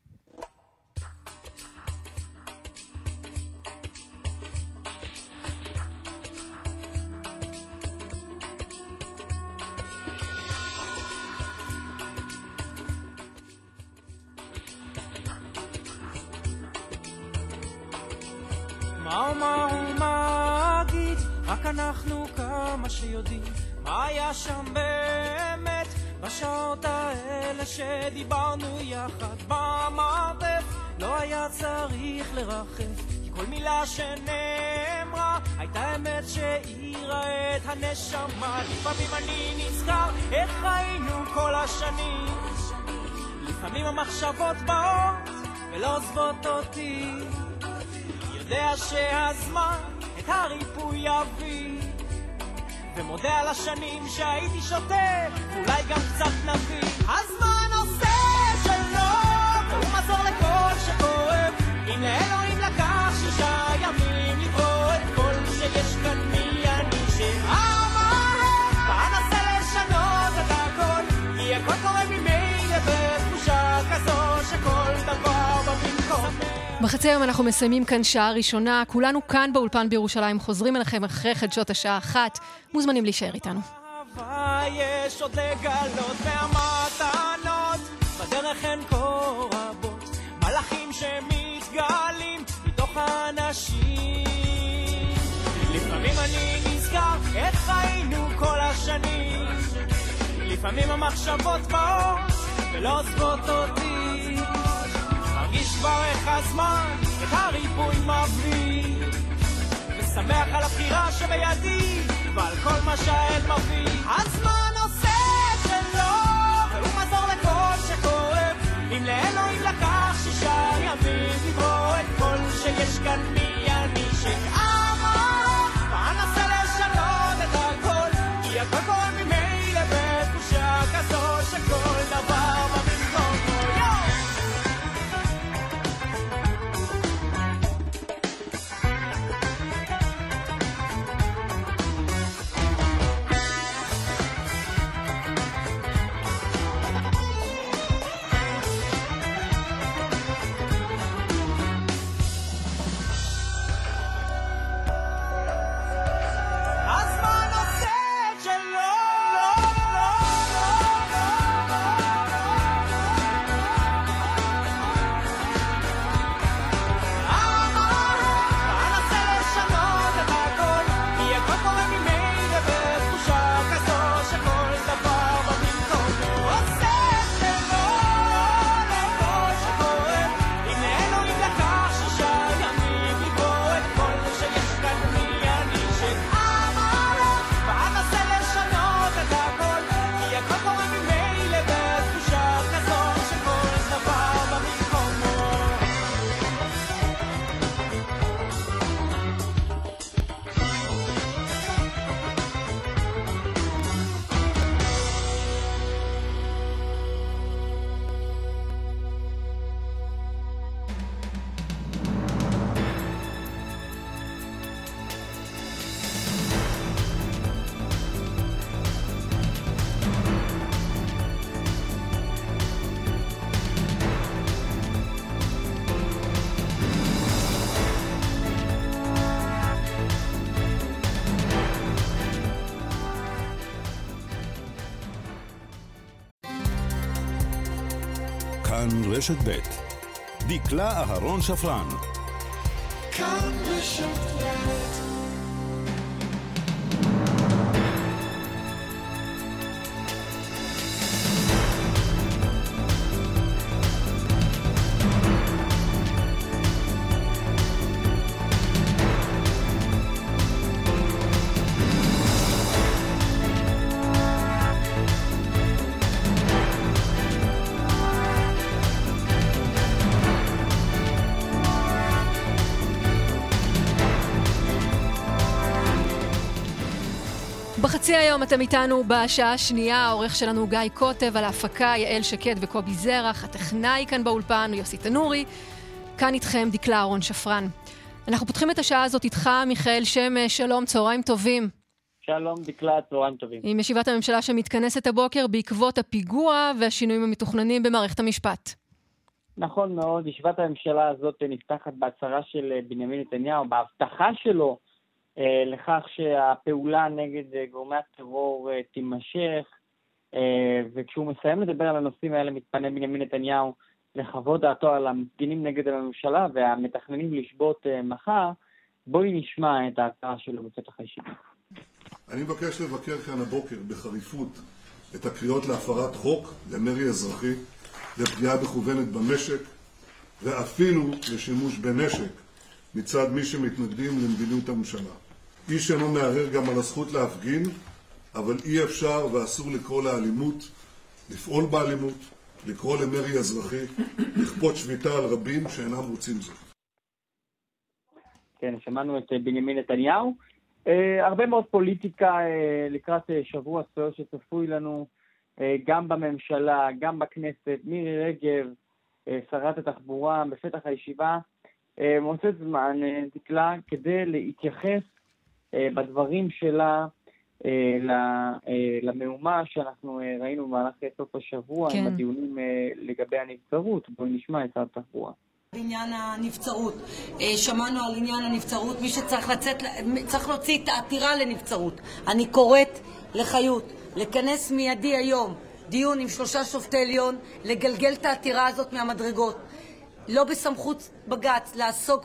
מה אגיד, רק אנחנו כמה שיודעים מה היה שם באמת בשעות האלה שדיברנו יחד במרתף. לא היה צריך לרחף, כי כל מילה שנאמרה הייתה אמת שהאירה את הנשמה. לפעמים אני נזכר איך היינו כל השנים, לפעמים המחשבות באות ולא עוזבות אותי. יודע שהזמן את הריפוי יביא, ומודה על השנים שהייתי שוטף, אולי גם קצת נביא. הזמן עושה שלו, והוא מזור לכל שכואב. אם לאלוהים לקח 6 ימים לברוא את כל שיש כאן מי אני שאמר, ואנסה לשנות את הכל, כי הכל קורה ממילא בתחושה כזו שכל דבר במקום. בחצי היום אנחנו מסיימים כאן שעה ראשונה. כולנו כאן באולפן בירושלים חוזרים אליכם אחרי חדשות השעה 1. מוזמנים להישאר איתנו. יש עוד לגלות מהמתנות, בדרך הן כה רבות, מלאכים שמתגלים מתוך האנשים. לפעמים אני נזכר איך חיינו כל השנים, לפעמים המחשבות באות ולא עוזבות אותי. מרגיש כבר איך הזמן את הריבוי מביא, ושמח על הבחירה שבידי ועל כל מה שהאל מביא. הזמן עושה שלו, והוא מזור לכל שכואב. אם לאלוהים לקח 6 ימים לברוא את כל שיש כאן מי אני שאמר, ואנסה לשנות את הכל, כי הכל קורה ממילא בתחושה כזו שכל דבר במקום. כאן רשת ב' דקלה אהרון שפרן. כאן רשת ב' בחצי היום אתם איתנו בשעה השנייה, העורך שלנו גיא קוטב, על ההפקה יעל שקד וקובי זרח, הטכנאי כאן באולפן יוסי תנורי, כאן איתכם דקלה אהרון שפרן. אנחנו פותחים את השעה הזאת איתך, מיכאל שמש, שלום, צהריים טובים. שלום דקלה, צהריים טובים. עם ישיבת הממשלה שמתכנסת הבוקר בעקבות הפיגוע והשינויים המתוכננים במערכת המשפט. נכון מאוד, ישיבת הממשלה הזאת נפתחת בהצהרה של בנימין נתניהו, בהבטחה שלו לכך שהפעולה נגד גורמי הטרור תימשך, וכשהוא מסיים לדבר על הנושאים האלה מתפנה בנימין נתניהו לחוות דעתו על המפגינים נגד הממשלה והמתכננים לשבות מחר. בואי נשמע את ההצעה שלו בפתח הישיבה. אני מבקש לבקר כאן הבוקר בחריפות את הקריאות להפרת חוק, למרי אזרחי, לפגיעה מכוונת במשק ואפילו לשימוש בנשק מצד מי שמתנגדים למדיניות הממשלה. איש אינו מערער גם על הזכות להפגין, אבל אי אפשר ואסור לקרוא לאלימות, לפעול באלימות, לקרוא למרי אזרחי, לכפות שביתה על רבים שאינם רוצים זאת. כן, שמענו את בנימין נתניהו. הרבה מאוד פוליטיקה לקראת שבוע סוער שצפוי לנו, גם בממשלה, גם בכנסת. מירי רגב, שרת התחבורה, בפתח הישיבה, מוצאת זמן, דקלה, כדי להתייחס בדברים שלה למהומה שאנחנו ראינו במהלך סוף השבוע, כן. עם הדיונים לגבי הנבצרות. בואי נשמע את שרת התחבורה. בעניין הנבצרות, שמענו על עניין הנבצרות, מי שצריך צריך להוציא את העתירה לנבצרות. אני קוראת לחיות לכנס מיידי היום דיון עם 3 שופטי עליון, לגלגל את העתירה הזאת מהמדרגות. לא בסמכות בג"ץ לעסוק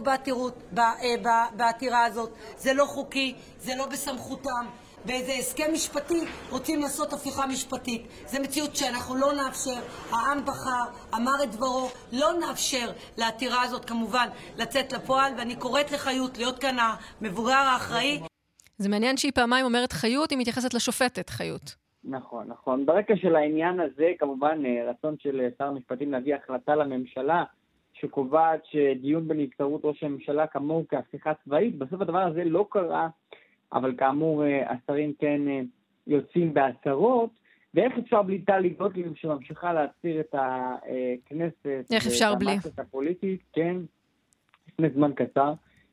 בעתירה הזאת, זה לא חוקי, זה לא בסמכותם. באיזה הסכם משפטי רוצים לעשות הפיכה משפטית. זה מציאות שאנחנו לא נאפשר, העם בחר, אמר את דברו, לא נאפשר לעתירה הזאת כמובן לצאת לפועל, ואני קוראת לחיות להיות כאן המבוגר האחראי. זה מעניין שהיא פעמיים אומרת חיות, היא מתייחסת לשופטת חיות. נכון, נכון. ברקע של העניין הזה, כמובן, רצון של שר המשפטים להביא החלטה לממשלה, שקובעת שדיון בנבצרות ראש הממשלה כמוהו כהפיכה צבאית. בסוף הדבר הזה לא קרה, אבל כאמור השרים כן יוצאים בהצהרות, ואיך אפשר בלי טלי גוטליב שממשיכה להסיר את הכנסת, איך אפשר בלי? המערכת הפוליטית, כן, לפני זמן קצר,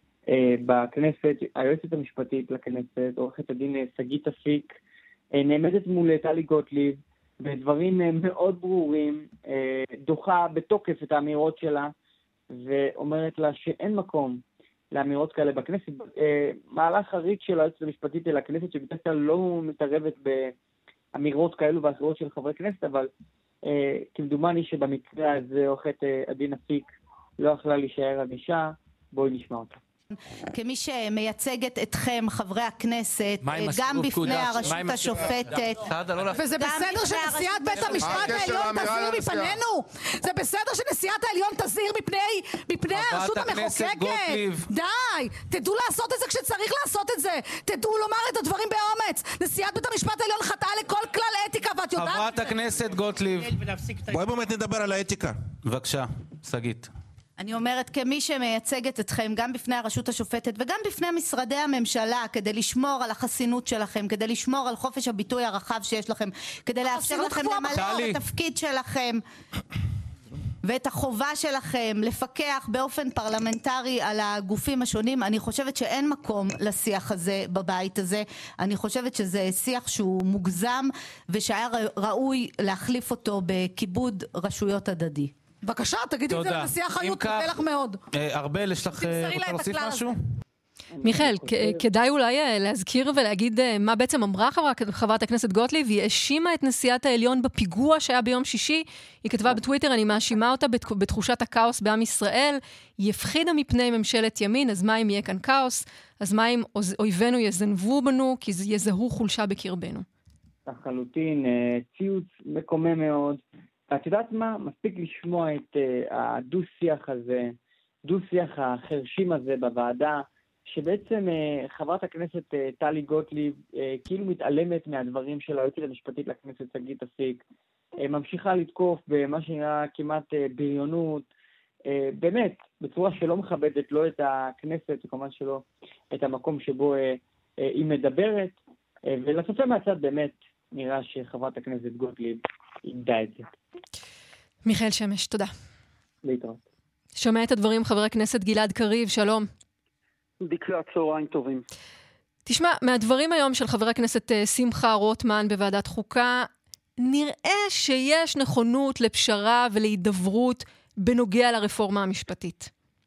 בכנסת, היועצת המשפטית לכנסת, עורכת הדין שגית אפיק, נעמדת מול טלי גוטליב, בדברים מאוד ברורים, דוחה בתוקף את האמירות שלה, ואומרת לה שאין מקום לאמירות כאלה בכנסת. מהלך חריג של היועצת המשפטית אל הכנסת, שבדרך כלל לא מתערבת באמירות כאלו ואחרות של חברי כנסת, אבל כמדומני שבמקרה הזה עורכת הדין אפיק לא יכלה להישאר אדישה. בואי נשמע אותה. כמי שמייצגת אתכם, חברי הכנסת, גם בפני הרשות השופטת. וזה בסדר שנשיאת בית המשפט העליון תזהיר מפנינו? זה בסדר שנשיאת העליון תזהיר מפני הרשות המחוקקת? די, תדעו לעשות את זה כשצריך לעשות את זה. תדעו לומר את הדברים באומץ. נשיאת בית המשפט העליון חטאה לכל כלל אתיקה, ואת יודעת... חברת הכנסת גוטליב. בואי באמת נדבר על האתיקה. בבקשה, שגית. אני אומרת, כמי שמייצגת אתכם גם בפני הרשות השופטת וגם בפני משרדי הממשלה, כדי לשמור על החסינות שלכם, כדי לשמור על חופש הביטוי הרחב שיש לכם, כדי לאפשר לכם למלא את התפקיד שלכם ואת החובה שלכם לפקח באופן פרלמנטרי על הגופים השונים. אני חושבת שאין מקום לשיח הזה בבית הזה. אני חושבת שזה שיח שהוא מוגזם, ושהיה ראוי להחליף אותו בכיבוד רשויות הדדי. בבקשה, תגידי את זה לנשיאה חיות, תודה לך מאוד. ארבל, יש לך רוצה להוסיף משהו? מיכאל, כדאי אולי להזכיר ולהגיד מה בעצם אמרה חברת הכנסת גוטליב. היא האשימה את נשיאת העליון בפיגוע שהיה ביום שישי. היא כתבה בטוויטר, אני מאשימה אותה בתחושת הכאוס בעם ישראל. היא הפחידה מפני ממשלת ימין, אז מה אם יהיה כאן כאוס? אז מה אם אויבינו יזנבו בנו, כי יזהו חולשה בקרבנו? לחלוטין, ציוץ מקומם מאוד. את יודעת מה? מספיק לשמוע את הדו-שיח הזה, דו-שיח החרשים הזה בוועדה, שבעצם חברת הכנסת טלי גוטליב כאילו מתעלמת מהדברים של היועצת המשפטית לכנסת שגית אפיק, ממשיכה לתקוף במה שנראה כמעט בריונות, באמת, בצורה שלא מכבדת לא את הכנסת, וכמובן שלא את המקום שבו היא מדברת. ולצופה מהצד באמת נראה שחברת הכנסת גוטליב איבדה את זה. מיכאל שמש, תודה. להתראות. שומע את הדברים חבר הכנסת גלעד קריב, שלום. דקלה, צהריים טובים. תשמע, מהדברים היום של חבר הכנסת שמחה רוטמן בוועדת חוקה, נראה שיש נכונות לפשרה ולהידברות בנוגע לרפורמה המשפטית.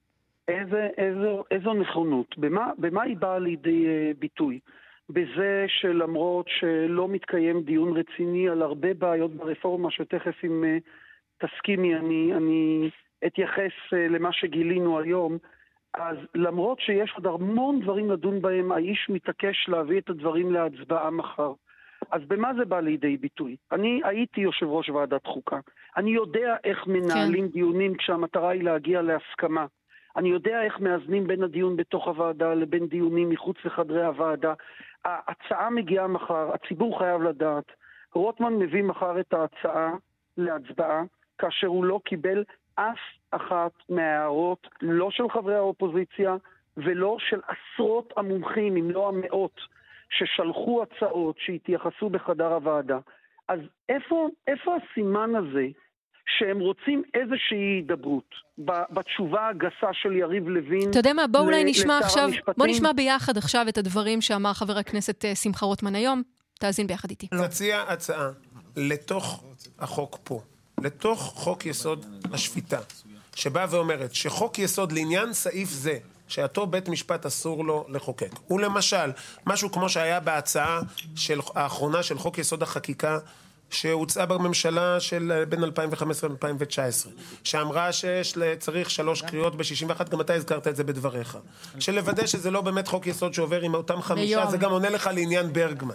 איזו נכונות? במה היא באה לידי ביטוי? בזה שלמרות שלא מתקיים דיון רציני על הרבה בעיות ברפורמה, שתכף אם תסכימי אני אתייחס למה שגילינו היום, אז למרות שיש עוד המון דברים לדון בהם, האיש מתעקש להביא את הדברים להצבעה מחר. אז במה זה בא לידי ביטוי? אני הייתי יושב ראש ועדת חוקה. אני יודע איך מנהלים דיונים כשהמטרה היא להגיע להסכמה. אני יודע איך מאזנים בין הדיון בתוך הוועדה לבין דיונים מחוץ לחדרי הוועדה. ההצעה מגיעה מחר, הציבור חייב לדעת. רוטמן מביא מחר את ההצעה להצבעה, כאשר הוא לא קיבל אף אחת מההערות, לא של חברי האופוזיציה ולא של עשרות המומחים, אם לא המאות, ששלחו הצעות שהתייחסו בחדר הוועדה. אז איפה הסימן הזה שהם רוצים איזושהי הידברות בתשובה הגסה של יריב לוין? אתה יודע מה, בוא אולי נשמע עכשיו, בוא נשמע ביחד עכשיו את הדברים שאמר חבר הכנסת שמחה רוטמן היום. תאזין ביחד איתי. נציע הצעה לתוך החוק פה, לתוך חוק יסוד השפיטה, שבאה ואומרת שחוק יסוד לעניין סעיף זה, שאותו בית משפט אסור לו לחוקק. ולמשל, משהו כמו שהיה בהצעה האחרונה של חוק יסוד החקיקה, שהוצאה בממשלה של בין 2015 ל-2019, שאמרה שצריך 3 קריאות ב-61, גם אתה הזכרת את זה בדבריך, שלוודא שזה לא באמת חוק יסוד שעובר עם אותם 5, זה גם עונה לך לעניין ברגמן.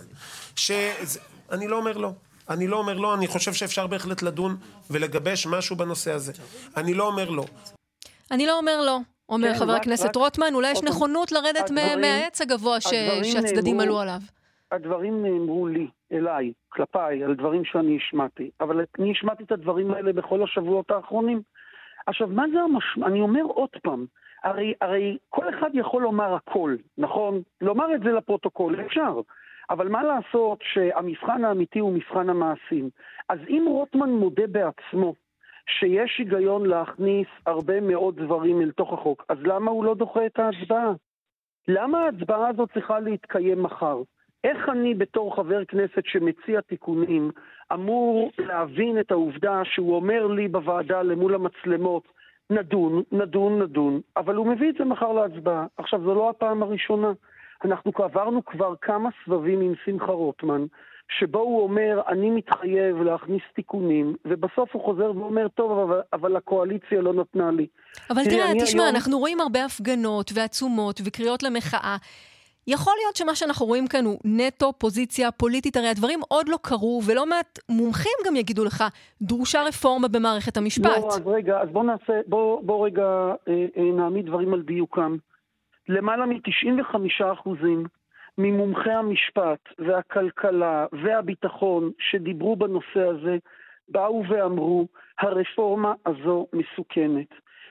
אני לא אומר לא. אני חושב שאפשר בהחלט לדון ולגבש משהו בנושא הזה. אני לא אומר לא. אומר חבר הכנסת רוטמן, אולי יש נכונות לרדת מהעץ הגבוה שהצדדים עלו עליו. הדברים נאמרו לי, אליי, כלפיי, על דברים שאני השמעתי, אבל אני השמעתי את הדברים האלה בכל השבועות האחרונים. עכשיו, מה זה אני אומר עוד פעם, הרי כל אחד יכול לומר הכל, נכון? לומר את זה לפרוטוקול, אפשר. אבל מה לעשות שהמבחן האמיתי הוא מבחן המעשים? אז אם רוטמן מודה בעצמו שיש היגיון להכניס הרבה מאוד דברים אל תוך החוק, אז למה הוא לא דוחה את ההצבעה? למה ההצבעה הזאת צריכה להתקיים מחר? איך אני בתור חבר כנסת שמציע תיקונים אמור להבין את העובדה שהוא אומר לי בוועדה למול המצלמות, נדון, אבל הוא מביא את זה מחר להצבעה. עכשיו, זו לא הפעם הראשונה. אנחנו עברנו כבר כמה סבבים עם שמחה רוטמן, שבו הוא אומר, אני מתחייב להכניס תיקונים, ובסוף הוא חוזר ואומר, טוב, אבל הקואליציה לא נתנה לי. אבל תשמע, אנחנו רואים הרבה הפגנות ועצומות וקריאות למחאה. יכול להיות שמה שאנחנו רואים כאן הוא נטו פוזיציה פוליטית, הרי הדברים עוד לא קרו, ולא מעט מומחים גם יגידו לך, דרושה רפורמה במערכת המשפט. לא, אז רגע, אז בוא רגע נעמיד דברים על דיוקם. למעלה מ-95% ממומחי המשפט והכלכלה והביטחון שדיברו בנושא הזה, באו ואמרו, הרפורמה הזו מסוכנת.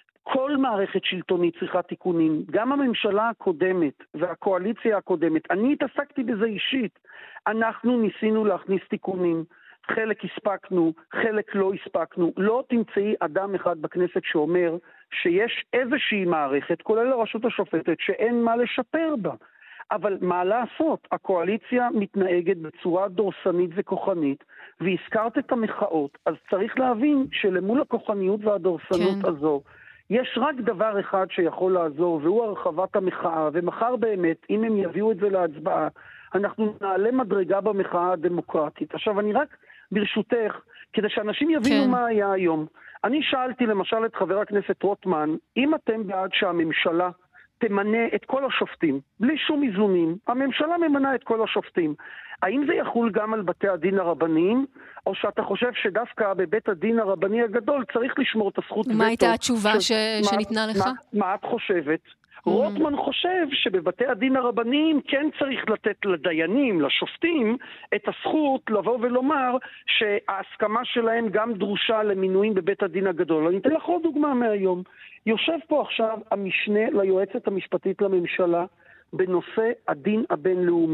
כל מערכת שלטונית צריכה תיקונים, גם הממשלה הקודמת והקואליציה הקודמת, אני התעסקתי בזה אישית, אנחנו ניסינו להכניס תיקונים, חלק הספקנו, חלק לא הספקנו, לא תמצאי אדם אחד בכנסת שאומר שיש איזושהי מערכת, כולל הרשות השופטת, שאין מה לשפר בה, אבל מה לעשות? הקואליציה מתנהגת בצורה דורסנית וכוחנית, והזכרת את המחאות, אז צריך להבין שלמול הכוחניות והדורסנות הזו, יש רק דבר אחד שיכול לעזור, והוא הרחבת המחאה, ומחר באמת, אם הם יביאו את זה להצבעה, אנחנו נעלה מדרגה במחאה הדמוקרטית. עכשיו, אני רק ברשותך, כדי שאנשים יבינו מה היה היום. אני שאלתי למשל את חבר הכנסת רוטמן, אם אתם בעד שהממשלה תמנה את כל השופטים, בלי שום איזונים, הממשלה ממנה את כל השופטים. האם זה יחול גם על בתי הדין הרבניים, או שאתה חושב שדווקא בבית הדין הרבני הגדול צריך לשמור את הזכות וטו? מה הייתה התשובה שניתנה לך? מה את חושבת? רוטמן חושב שבבתי הדין הרבניים כן צריך לתת לדיינים, לשופטים, את הזכות לבוא ולומר שההסכמה שלהם גם דרושה למינויים בבית הדין הגדול. אני אתן לך עוד דוגמה מהיום. יושב פה עכשיו המשנה ליועצת המשפטית לממשלה בנושא הדין הבינלאומי,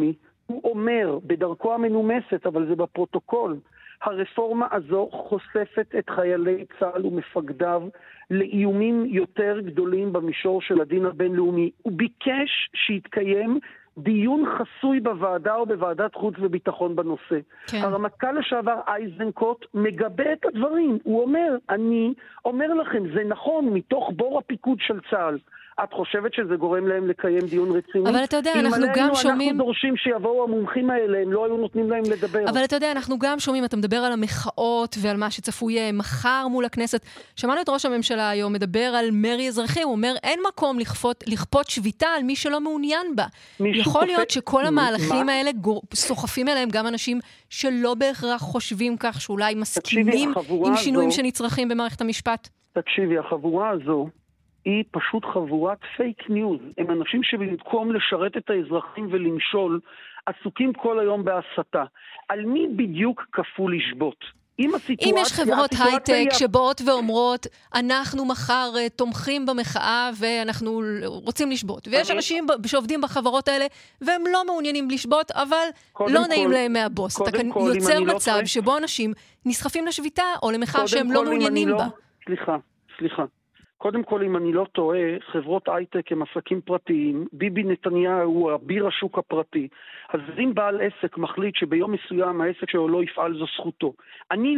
הוא אומר בדרכו המנומסת, אבל זה בפרוטוקול, הרפורמה הזו חושפת את חיילי צה"ל ומפקדיו לאיומים יותר גדולים במישור של הדין הבינלאומי. הוא ביקש שיתקיים דיון חסוי בוועדה או בוועדת חוץ וביטחון בנושא. כן. הרמטכ"ל לשעבר אייזנקוט מגבה את הדברים. הוא אומר, אני אומר לכם, זה נכון, מתוך בור הפיקוד של צה"ל. את חושבת שזה גורם להם לקיים דיון רציני? אבל אתה יודע, אנחנו גם שומעים... אנחנו דורשים שיבואו המומחים האלה, הם לא היו נותנים להם לדבר. אבל אתה יודע, אנחנו גם שומעים, אתה מדבר על המחאות ועל מה שצפוי מחר מול הכנסת. שמענו את ראש הממשלה היום מדבר על מרי אזרחי, הוא אומר, אין מקום לכפות שביתה על מי שלא מעוניין בה. יכול להיות שכל המהלכים האלה סוחפים אליהם גם אנשים שלא בהכרח חושבים כך, שאולי מסכימים עם שינויים שנצרכים במערכת המשפט. תקשיבי, החבורה הזו היא פשוט חבורת פייק ניוז. הם אנשים שבמקום לשרת את האזרחים ולמשול, עסוקים כל היום בהסתה. על מי בדיוק כפו לשבות? אם יש חברות הייטק שבאות ואומרות, אנחנו מחר תומכים במחאה ואנחנו רוצים לשבות. ויש אנשים שעובדים בחברות האלה והם לא מעוניינים לשבות, אבל לא נעים להם מהבוס. אתה כאן יוצר מצב שבו אנשים נסחפים לשביתה או למחאה שהם לא מעוניינים בה. סליחה. קודם כל, אם אני לא טועה, חברות הייטק הם עסקים פרטיים, ביבי נתניהו הוא אביר השוק הפרטי. אז אם בעל עסק מחליט שביום מסוים העסק שלו לא יפעל, זו זכותו. אני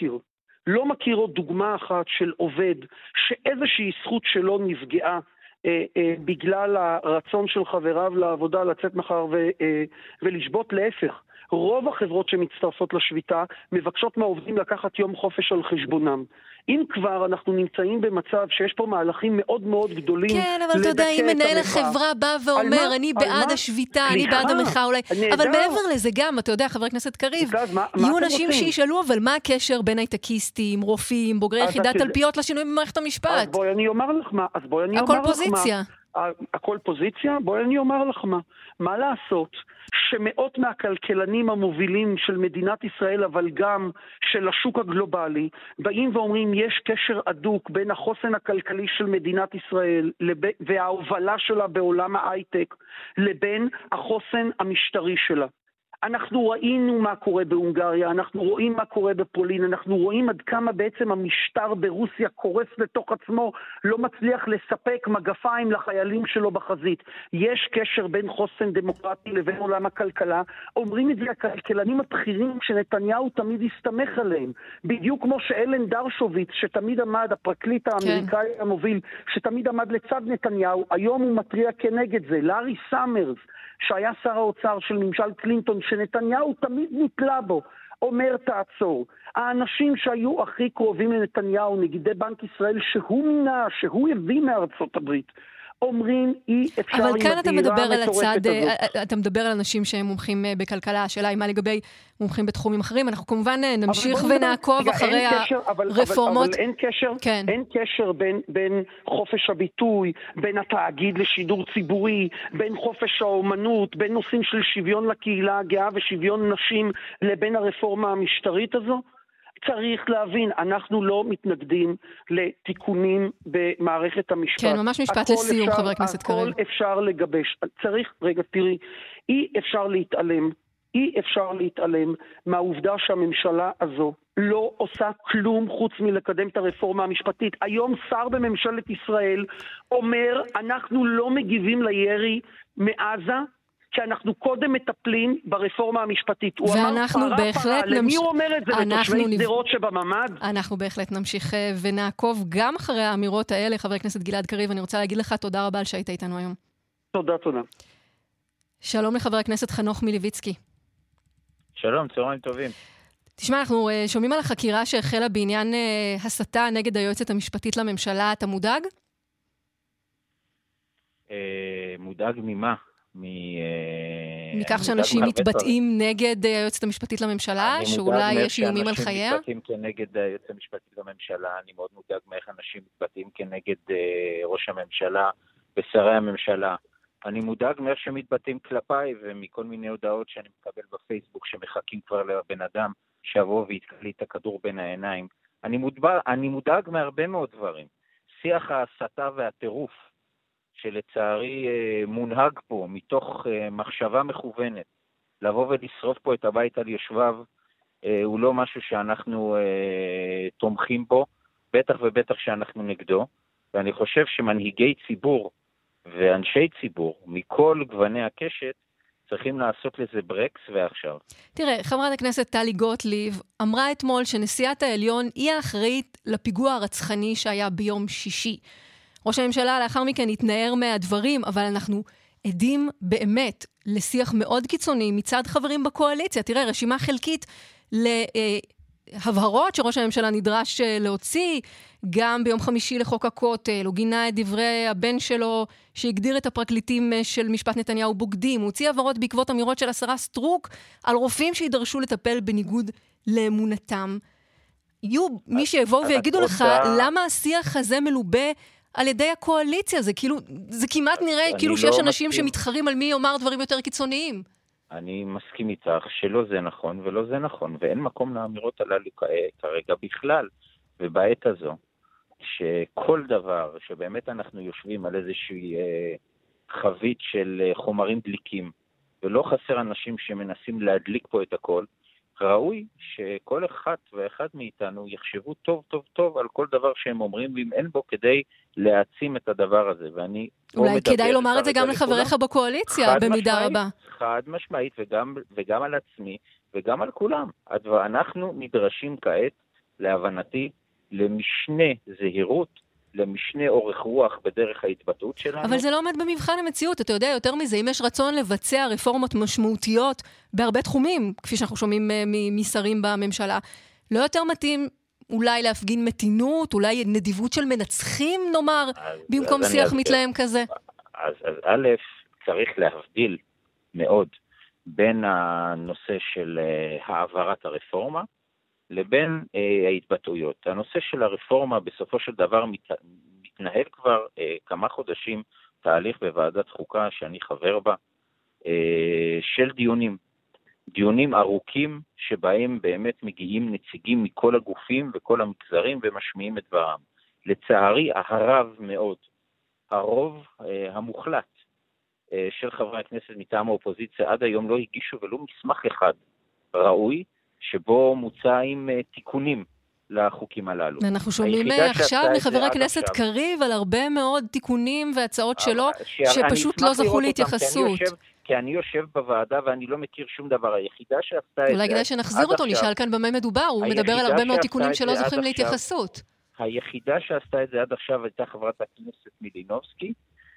לא מכיר עוד דוגמה אחת של עובד שאיזושהי זכות שלו נפגעה בגלל הרצון של חבריו לעבודה לצאת מחר ולשבות. להפך. רוב החברות שמצטרפות לשביתה מבקשות מהעובדים לקחת יום חופש על חשבונם. אם כבר אנחנו נמצאים במצב שיש פה מהלכים מאוד מאוד גדולים, כן, אבל אתה יודע, אם מנהל החברה בא ואומר, אני בעד השביתה, אני בעד המחאה אולי, אבל מעבר לזה גם, אתה יודע, חבר הכנסת קריב, יהיו אנשים שישאלו, אבל מה הקשר בין הייטקיסטים, רופאים, בוגרי יחידת תלפיות לשינויים במערכת המשפט? אז בואי אני אומר לך מה. הכל פוזיציה. הכל פוזיציה? בואי אני אומר לך מה לעשות שמאות מהכלכלנים המובילים של מדינת ישראל, אבל גם של השוק הגלובלי, באים ואומרים יש קשר הדוק בין החוסן הכלכלי של מדינת ישראל וההובלה שלה בעולם ההייטק לבין החוסן המשטרי שלה. אנחנו ראינו מה קורה בהונגריה, אנחנו רואים מה קורה בפולין, אנחנו רואים עד כמה בעצם המשטר ברוסיה קורס לתוך עצמו, לא מצליח לספק מגפיים לחיילים שלו בחזית. יש קשר בין חוסן דמוקרטי לבין עולם הכלכלה. אומרים את זה הכלכלנים הבכירים שנתניהו תמיד הסתמך עליהם. בדיוק כמו שאלן דרשוביץ, שתמיד עמד, הפרקליט האמריקאי המוביל, שתמיד עמד לצד נתניהו, היום הוא מטריע כנגד זה. לארי סאמרס, שהיה שר האוצר של ממשל קלינטון, שנתניהו תמיד נתלה בו, אומר תעצור. האנשים שהיו הכי קרובים לנתניהו, נגידי בנק ישראל, שהוא מינה, שהוא הביא מארצות הברית, אומרים אי אפשר אבל כאן אתה מדבר על הצד, אתה מדבר על אנשים שהם מומחים בכלכלה, השאלה היא מה לגבי מומחים בתחומים אחרים, אנחנו כמובן נמשיך ונעקוב אחרי הרפורמות. אבל אין קשר בין חופש הביטוי, בין התאגיד לשידור ציבורי, בין חופש האומנות, בין נושאים של שוויון לקהילה הגאה ושוויון נשים, לבין הרפורמה המשטרית הזו. צריך להבין, אנחנו לא מתנגדים לתיקונים במערכת המשפט. כן, ממש משפט לסיום, חבר הכנסת קריב. הכל אפשר לגבש. צריך, רגע, תראי, אי אפשר להתעלם מהעובדה שהממשלה הזו לא עושה כלום חוץ מלקדם את הרפורמה המשפטית. היום שר בממשלת ישראל אומר, אנחנו לא מגיבים לירי מעזה, כי אנחנו קודם מטפלים ברפורמה המשפטית. ואנחנו בהחלט למי הוא אומר את זה? לתושבי שדרות שבממ"ד? אנחנו בהחלט נמשיך ונעקוב גם אחרי האמירות האלה. חבר הכנסת גלעד קריב, אני רוצה להגיד לך תודה רבה על שהיית איתנו היום. תודה. שלום לחבר הכנסת חנוך מלביצקי. שלום, צהריים טובים. תשמע, אנחנו שומעים על החקירה שהחלה בעניין הסתה נגד היועצת המשפטית לממשלה. אתה מודאג? מודאג ממה? מכך שאנשים מתבטאים נגד היועצת המשפטית לממשלה, שאולי יש איומים על חייה? אני מודאג מאיך שאנשים מתבטאים כנגד היועצת המשפטית לממשלה, אני מאוד מודאג מאיך אנשים מתבטאים כנגד ראש הממשלה ושרי הממשלה. אני מודאג מאיך שמתבטאים כלפיי ומכל מיני הודעות שאני מקבל בפייסבוק שמחכים כבר לבן אדם שיבוא ויתקלי את הכדור בין העיניים. אני מודאג מהרבה מאוד דברים. שיח ההסתה והטירוף שלצערי מונהג פה מתוך מחשבה מכוונת לבוא ולשרוף פה את הבית על יושביו, הוא לא משהו שאנחנו תומכים בו, בטח ובטח שאנחנו נגדו, ואני חושב שמנהיגי ציבור ואנשי ציבור מכל גווני הקשת צריכים לעשות לזה ברקס ועכשיו. תראה, חברת הכנסת טלי גוטליב אמרה אתמול שנשיאת העליון היא האחראית לפיגוע הרצחני שהיה ביום שישי. ראש הממשלה לאחר מכן התנער מהדברים, אבל אנחנו עדים באמת לשיח מאוד קיצוני מצד חברים בקואליציה. תראה, רשימה חלקית להבהרות שראש הממשלה נדרש להוציא, גם ביום חמישי לחוק הכותל, הוא גינה את דברי הבן שלו שהגדיר את הפרקליטים של משפט נתניהו בוגדים, הוא הוציא הבהרות בעקבות אמירות של השרה סטרוק על רופאים שידרשו לטפל בניגוד לאמונתם. יהיו מי שיבואו ויגידו לך למה השיח הזה מלובה על ידי הקואליציה, זה כאילו, זה כמעט נראה כאילו שיש אנשים שמתחרים על מי יאמר דברים יותר קיצוניים. אני מסכים איתך שלא זה נכון ולא זה נכון, ואין מקום לאמירות הללו כרגע בכלל, ובעת הזו, שכל דבר שבאמת אנחנו יושבים על איזושהי חבית של חומרים דליקים, ולא חסר אנשים שמנסים להדליק פה את הכל, ראוי שכל אחד ואחד מאיתנו יחשבו טוב טוב טוב על כל דבר שהם אומרים, ואם אין בו כדי להעצים את הדבר הזה. ואני אולי כדאי לומר את זה גם לחבריך בקואליציה במידה רבה. חד משמעית, וגם על עצמי, וגם על כולם. אנחנו נדרשים כעת, להבנתי, למשנה זהירות, למשנה אורך רוח בדרך ההתבטאות שלנו. אבל זה לא עומד במבחן המציאות. אתה יודע, יותר מזה, אם יש רצון לבצע רפורמות משמעותיות בהרבה תחומים, כפי שאנחנו שומעים משרים בממשלה, לא יותר מתאים אולי להפגין מתינות, אולי נדיבות של מנצחים, נאמר, במקום שיח מתלהם כזה? אז א', צריך להבדיל מאוד בין הנושא של העברת הרפורמה, לבין ההתבטאויות. הנושא של הרפורמה בסופו של דבר מתנהל כבר כמה חודשים תהליך בוועדת חוקה שאני חבר בה, של דיונים ארוכים שבהם באמת מגיעים נציגים מכל הגופים וכל המגזרים ומשמיעים את דברם. לצערי הרב מאוד, הרוב המוחלט של חברי הכנסת מטעם האופוזיציה עד היום לא הגישו ולו מסמך אחד ראוי, שבו מוצאים תיקונים לחוקים הללו. אנחנו שומעים עכשיו מחבר הכנסת קריב על הרבה מאוד תיקונים והצעות שלו, שפשוט לא זכו להתייחסות. כי אני יושב בוועדה ואני לא מכיר שום דבר. היחידה שעשתה את זה... אולי כדאי שנחזיר אותו, נשאל כאן במה מדובר, הוא מדבר על הרבה מאוד תיקונים שלא זוכים להתייחסות. היחידה שעשתה את זה עד עכשיו הייתה חברת הכנסת מלינובסקי,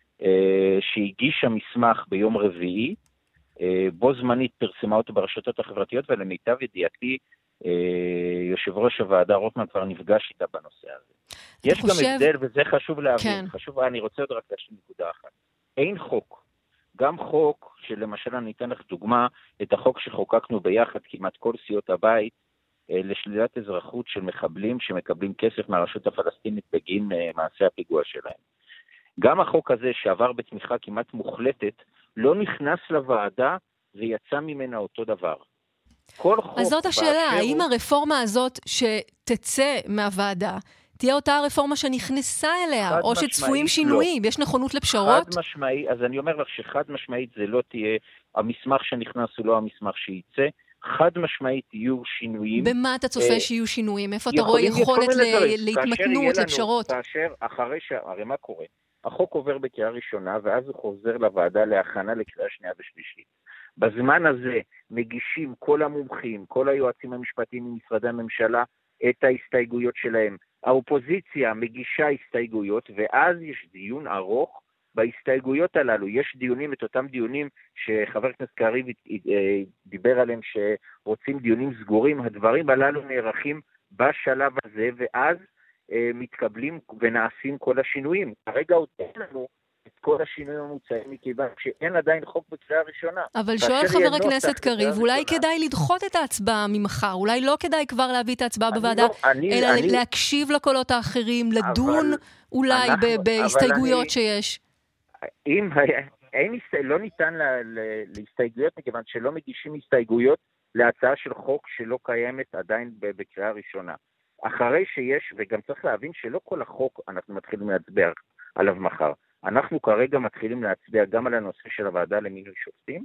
שהגישה מסמך ביום רביעי, בו זמנית פרסמה אותו ברשתות החברתיות, ולמיטב ידיעתי, יושב ראש הוועדה רוטמן כבר נפגש איתה בנושא הזה. יש גם הבדל, וזה חשוב להבין, אני רוצה עוד רק להשלים נקודה אחת. אין חוק, גם חוק שלמשל אני אתן לך דוגמה, את החוק שחוקקנו ביחד כמעט כל סיעות הבית, לשלילת אזרחות של מחבלים שמקבלים כסף מהרשות הפלסטינית בגין מעשה הפיגוע שלהם. גם החוק הזה שעבר בתמיכה כמעט מוחלטת, לא נכנס לוועדה ויצא ממנה אותו דבר. אז זאת השאלה, האם הרפורמה הזאת שתצא מהוועדה, תהיה אותה הרפורמה שנכנסה אליה, או שצפויים שינויים, יש נכונות לפשרות? חד משמעית, אז אני אומר לך שחד משמעית זה לא תהיה, המסמך שנכנס הוא לא המסמך שייצא, חד משמעית יהיו שינויים. במה אתה צופה שיהיו שינויים? איפה אתה רואה יכולת להתמתנות, לפשרות? כאשר, הרי מה קורה? החוק עובר בקריאה ראשונה, ואז הוא חוזר לוועדה להכנה לקריאה שנייה ושלישית. בזמן הזה מגישים כל המומחים, כל היועצים המשפטיים ממשרדי הממשלה, את ההסתייגויות שלהם. האופוזיציה מגישה הסתייגויות, ואז יש דיון ארוך בהסתייגויות הללו. יש דיונים, את אותם דיונים שחבר הכנסת קריב דיבר עליהם, שרוצים דיונים סגורים. הדברים הללו נערכים בשלב הזה, ואז מתקבלים ונעשים כל השינויים. הרגע עוד אין לנו את כל השינויים המוצאים, מכיוון שאין עדיין חוק בקריאה ראשונה. אבל שואל חבר הכנסת קריב, אולי כדאי לדחות את ההצבעה ממחר, אולי לא כדאי כבר להביא את ההצבעה בוועדה, אלא להקשיב לקולות האחרים, לדון אולי בהסתייגויות שיש. לא ניתן להסתייגויות, מכיוון שלא מגישים הסתייגויות להצעה של חוק שלא קיימת עדיין בקריאה ראשונה. אחרי שיש, וגם צריך להבין שלא כל החוק אנחנו מתחילים להצביע עליו מחר. אנחנו כרגע מתחילים להצביע גם על הנושא של הוועדה למינוי שופטים,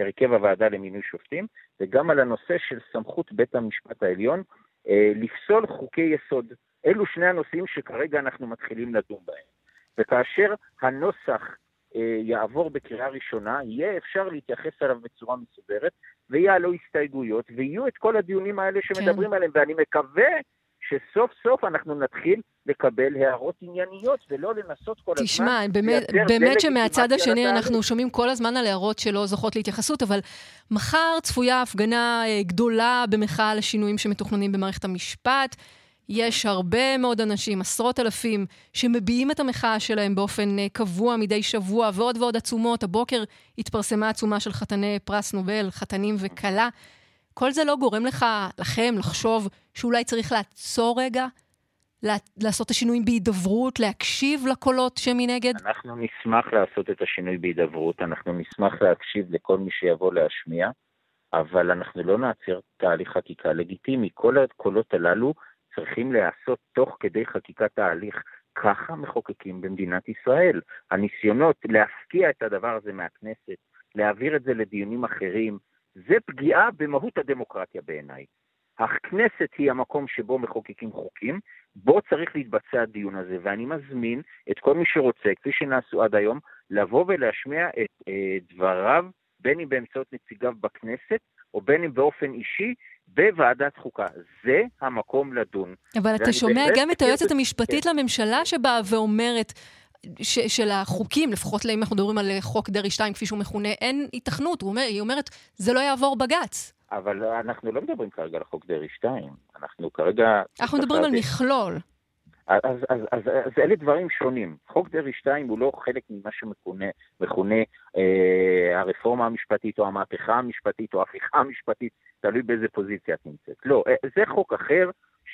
הרכב הוועדה למינוי שופטים, וגם על הנושא של סמכות בית המשפט העליון לפסול חוקי יסוד. אלו שני הנושאים שכרגע אנחנו מתחילים לדון בהם. וכאשר הנוסח יעבור בקריאה ראשונה, יהיה אפשר להתייחס עליו בצורה מסודרת, ויהיה לו הסתייגויות, ויהיו את כל הדיונים האלה שמדברים עליהם, ואני מקווה שסוף סוף אנחנו נתחיל לקבל הערות ענייניות, ולא לנסות כל הזמן. תשמע, באמת שמהצד השני אנחנו שומעים כל הזמן על הערות שלא זוכות להתייחסות, אבל מחר צפויה הפגנה גדולה במחאה על השינויים שמתוכננים במערכת המשפט. יש הרבה מאוד אנשים, עשרות אלפים, שמביעים את המחאה שלהם באופן קבוע מדי שבוע, ועוד ועוד עצומות. הבוקר התפרסמה עצומה של חתני פרס נובל, חתנים וכלה. כל זה לא גורם לכם, לחשוב שאולי צריך לעצור רגע, לעשות את השינויים בהידברות, להקשיב לקולות שמנגד? אנחנו נשמח לעשות את השינוי בהידברות, אנחנו נשמח להקשיב לכל מי שיבוא להשמיע, אבל אנחנו לא נעצר תהליך חקיקה לגיטימי. כל הקולות הללו צריכים לעשות תוך כדי חקיקת ההליך. ככה מחוקקים במדינת ישראל. הניסיונות להפקיע את הדבר הזה מהכנסת, להעביר את זה לדיונים אחרים, זה פגיעה במהות הדמוקרטיה בעיניי. הכנסת היא המקום שבו מחוקקים חוקים, בו צריך להתבצע הדיון הזה, ואני מזמין את כל מי שרוצה, כפי שנעשו עד היום, לבוא ולהשמיע את דבריו, בין אם באמצעות נציגיו בכנסת, או בין אם באופן אישי, בוועדת חוקה. זה המקום לדון. אבל אתה שומע גם את היועצת המשפטית לממשלה שבאה ואומרת של החוקים, לפחות אם אנחנו מדברים על חוק דרעי 2 כפי שהוא מכונה, אין התכנות. היא אומרת, זה לא יעבור בג"ץ. אבל אנחנו לא מדברים כרגע על חוק דרעי 2. אנחנו מדברים על מכלול. אז אלה דברים שונים. חוק דרעי 2 הוא לא חלק ממה שמכונה הרפורמה המשפטית או המהפכה המשפטית או ההפיכה המשפטית, תלוי באיזה פוזיציה את נמצאת. לא, זה חוק אחר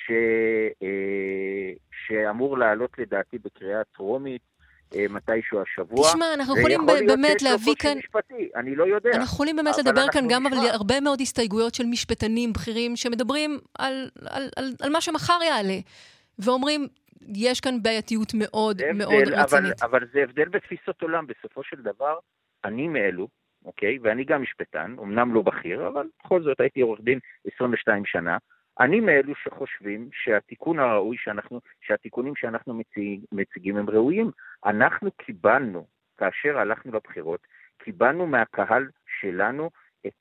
שאמור לעלות לדעתי בקריאה טרומית מתישהו השבוע. תשמע, אנחנו יכולים באמת להביא כאן... אני לא יודע. אנחנו יכולים באמת לדבר כאן גם על הרבה מאוד הסתייגויות של משפטנים בכירים שמדברים על מה שמחר יעלה. ואומרים, יש כאן בעייתיות מאוד מאוד רצינית. אבל זה הבדל בתפיסות עולם. בסופו של דבר, אני מאלו, אוקיי? ואני גם משפטן, אמנם לא בכיר, אבל בכל זאת הייתי עורך דין 22 שנה. אני מאלו שחושבים שהתיקון הראוי שהתיקונים שאנחנו מציגים הם ראויים. אנחנו קיבלנו, כאשר הלכנו לבחירות, קיבלנו מהקהל שלנו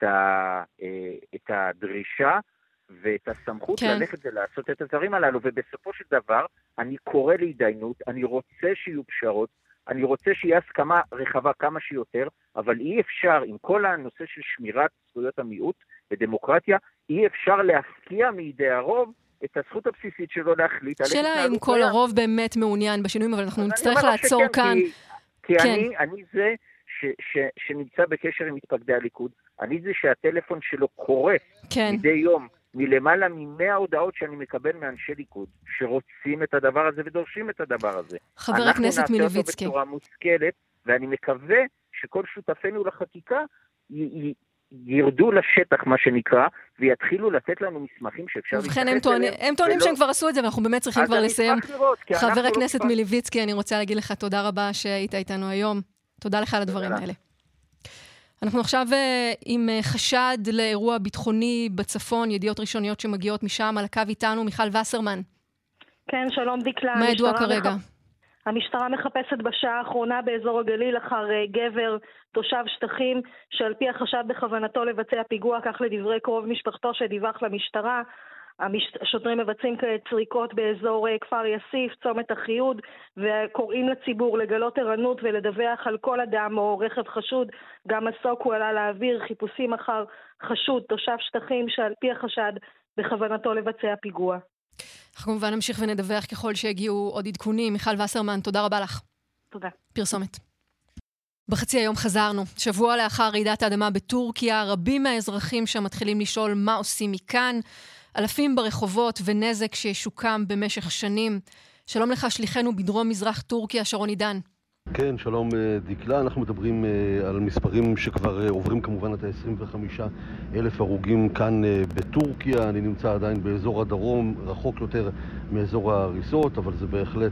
את הדרישה ואת הסמכות ללכת ולעשות את הדברים הללו, ובסופו של דבר אני קורא להתדיינות, אני רוצה שיהיו פשרות, אני רוצה שיהיה הסכמה רחבה כמה שיותר, אבל אי אפשר, עם כל הנושא של שמירת זכויות המיעוט ודמוקרטיה, אי אפשר להפקיע מידי הרוב את הזכות הבסיסית שלו להחליט. שאלה אם כל הרוב באמת מעוניין בשינויים, אבל אנחנו נצטרך לעצור כאן. כי אני זה שנמצא בקשר עם מתפקדי הליכוד, אני זה שהטלפון שלו קורא מדי יום, מלמעלה מ100 הודעות שאני מקבל מאנשי ליכוד, שרוצים את הדבר הזה ודורשים את הדבר הזה. חבר הכנסת מלביצקי. אנחנו נעשה אותו בצורה מושכלת, ואני מקווה שכל שותפינו לחקיקה ירדו לשטח, מה שנקרא, ויתחילו לתת לנו מסמכים שאפשר להתייחס אליהם. הם טוענים שהם כבר עשו את זה, ואנחנו באמת צריכים כבר לסיים. חבר הכנסת מלביצקי, אני רוצה להגיד לך תודה רבה שהיית איתנו היום. תודה לך על הדברים האלה. אנחנו עכשיו עם חשד לאירוע ביטחוני בצפון, ידיעות ראשוניות שמגיעות משם, על הקו איתנו, מיכל וסרמן. כן, שלום דקלה. מה ידוע כרגע? המשטרה מחפשת בשעה האחרונה באזור הגליל אחר גבר תושב שטחים שעל פי החשד בכוונתו לבצע פיגוע, כך לדברי קרוב משפחתו שדיווח למשטרה. השוטרים מבצעים צריקות באזור כפר יסיף, צומת החיוד, וקוראים לציבור לגלות ערנות ולדווח על כל אדם או רכב חשוד. גם מסוק הוא עלה לאוויר, חיפושים אחר חשוד, תושב שטחים שעל פי החשד בכוונתו לבצע פיגוע. אנחנו כמובן נמשיך ונדווח ככל שהגיעו עוד עדכונים. מיכל וסרמן, תודה רבה לך. תודה. פרסומת. בחצי היום חזרנו. שבוע לאחר רעידת האדמה בטורקיה, רבים מהאזרחים שם מתחילים לשאול מה עושים מכאן. אלפים ברחובות ונזק שישוקם במשך שנים. שלום לך, שליחנו בדרום מזרח טורקיה, שרון עידן. כן, שלום דקלה. אנחנו מדברים על מספרים שכבר עוברים כמובן את 25,000 הרוגים כאן בטורקיה. אני נמצא עדיין באזור הדרום, רחוק יותר מאזור ההריסות, אבל זה בהחלט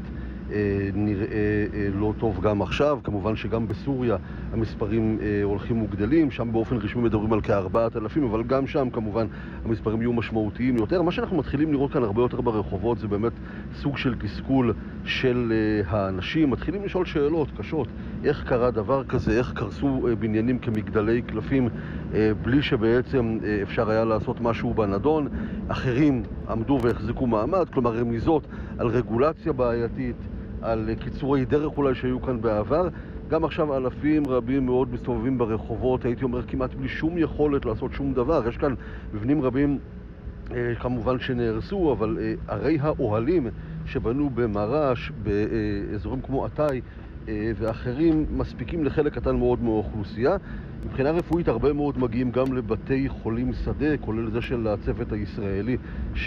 נראה לא טוב גם עכשיו. כמובן שגם בסוריה המספרים הולכים וגדלים, שם באופן רשמי מדברים על כ4,000, אבל גם שם כמובן המספרים יהיו משמעותיים יותר. מה שאנחנו מתחילים לראות כאן הרבה יותר ברחובות זה באמת סוג של תסכול של האנשים. מתחילים לשאול שאלות קשות, איך קרה דבר כזה, איך קרסו בניינים כמגדלי קלפים בלי שבעצם אפשר היה לעשות משהו בנדון. אחרים עמדו והחזיקו מעמד, כלומר רמיזות על רגולציה בעייתית, על קיצורי דרך אולי שהיו כאן בעבר. גם עכשיו אלפים רבים מאוד מסתובבים ברחובות, הייתי אומר כמעט בלי שום יכולת לעשות שום דבר. יש כאן מבנים רבים כמובן שנהרסו, אבל ערי האוהלים שבנו במרש, באזורים כמו עתאי ואחרים, מספיקים לחלק קטן מאוד מהאוכלוסייה. מבחינה רפואית הרבה מאוד מגיעים גם לבתי חולים שדה, כולל זה של הצוות הישראלי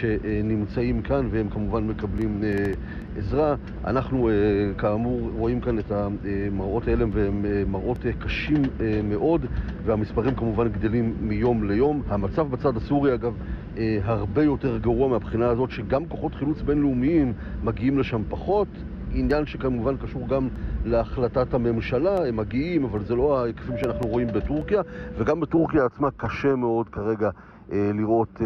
שנמצאים כאן, והם כמובן מקבלים עזרה. אנחנו כאמור רואים כאן את המראות האלה, והם מראות קשים מאוד, והמספרים כמובן גדלים מיום ליום. המצב בצד הסורי אגב הרבה יותר גרוע מהבחינה הזאת, שגם כוחות חילוץ בינלאומיים מגיעים לשם פחות. עניין שכמובן קשור גם להחלטת הממשלה, הם מגיעים, אבל זה לא ההיקפים שאנחנו רואים בטורקיה, וגם בטורקיה עצמה קשה מאוד כרגע לראות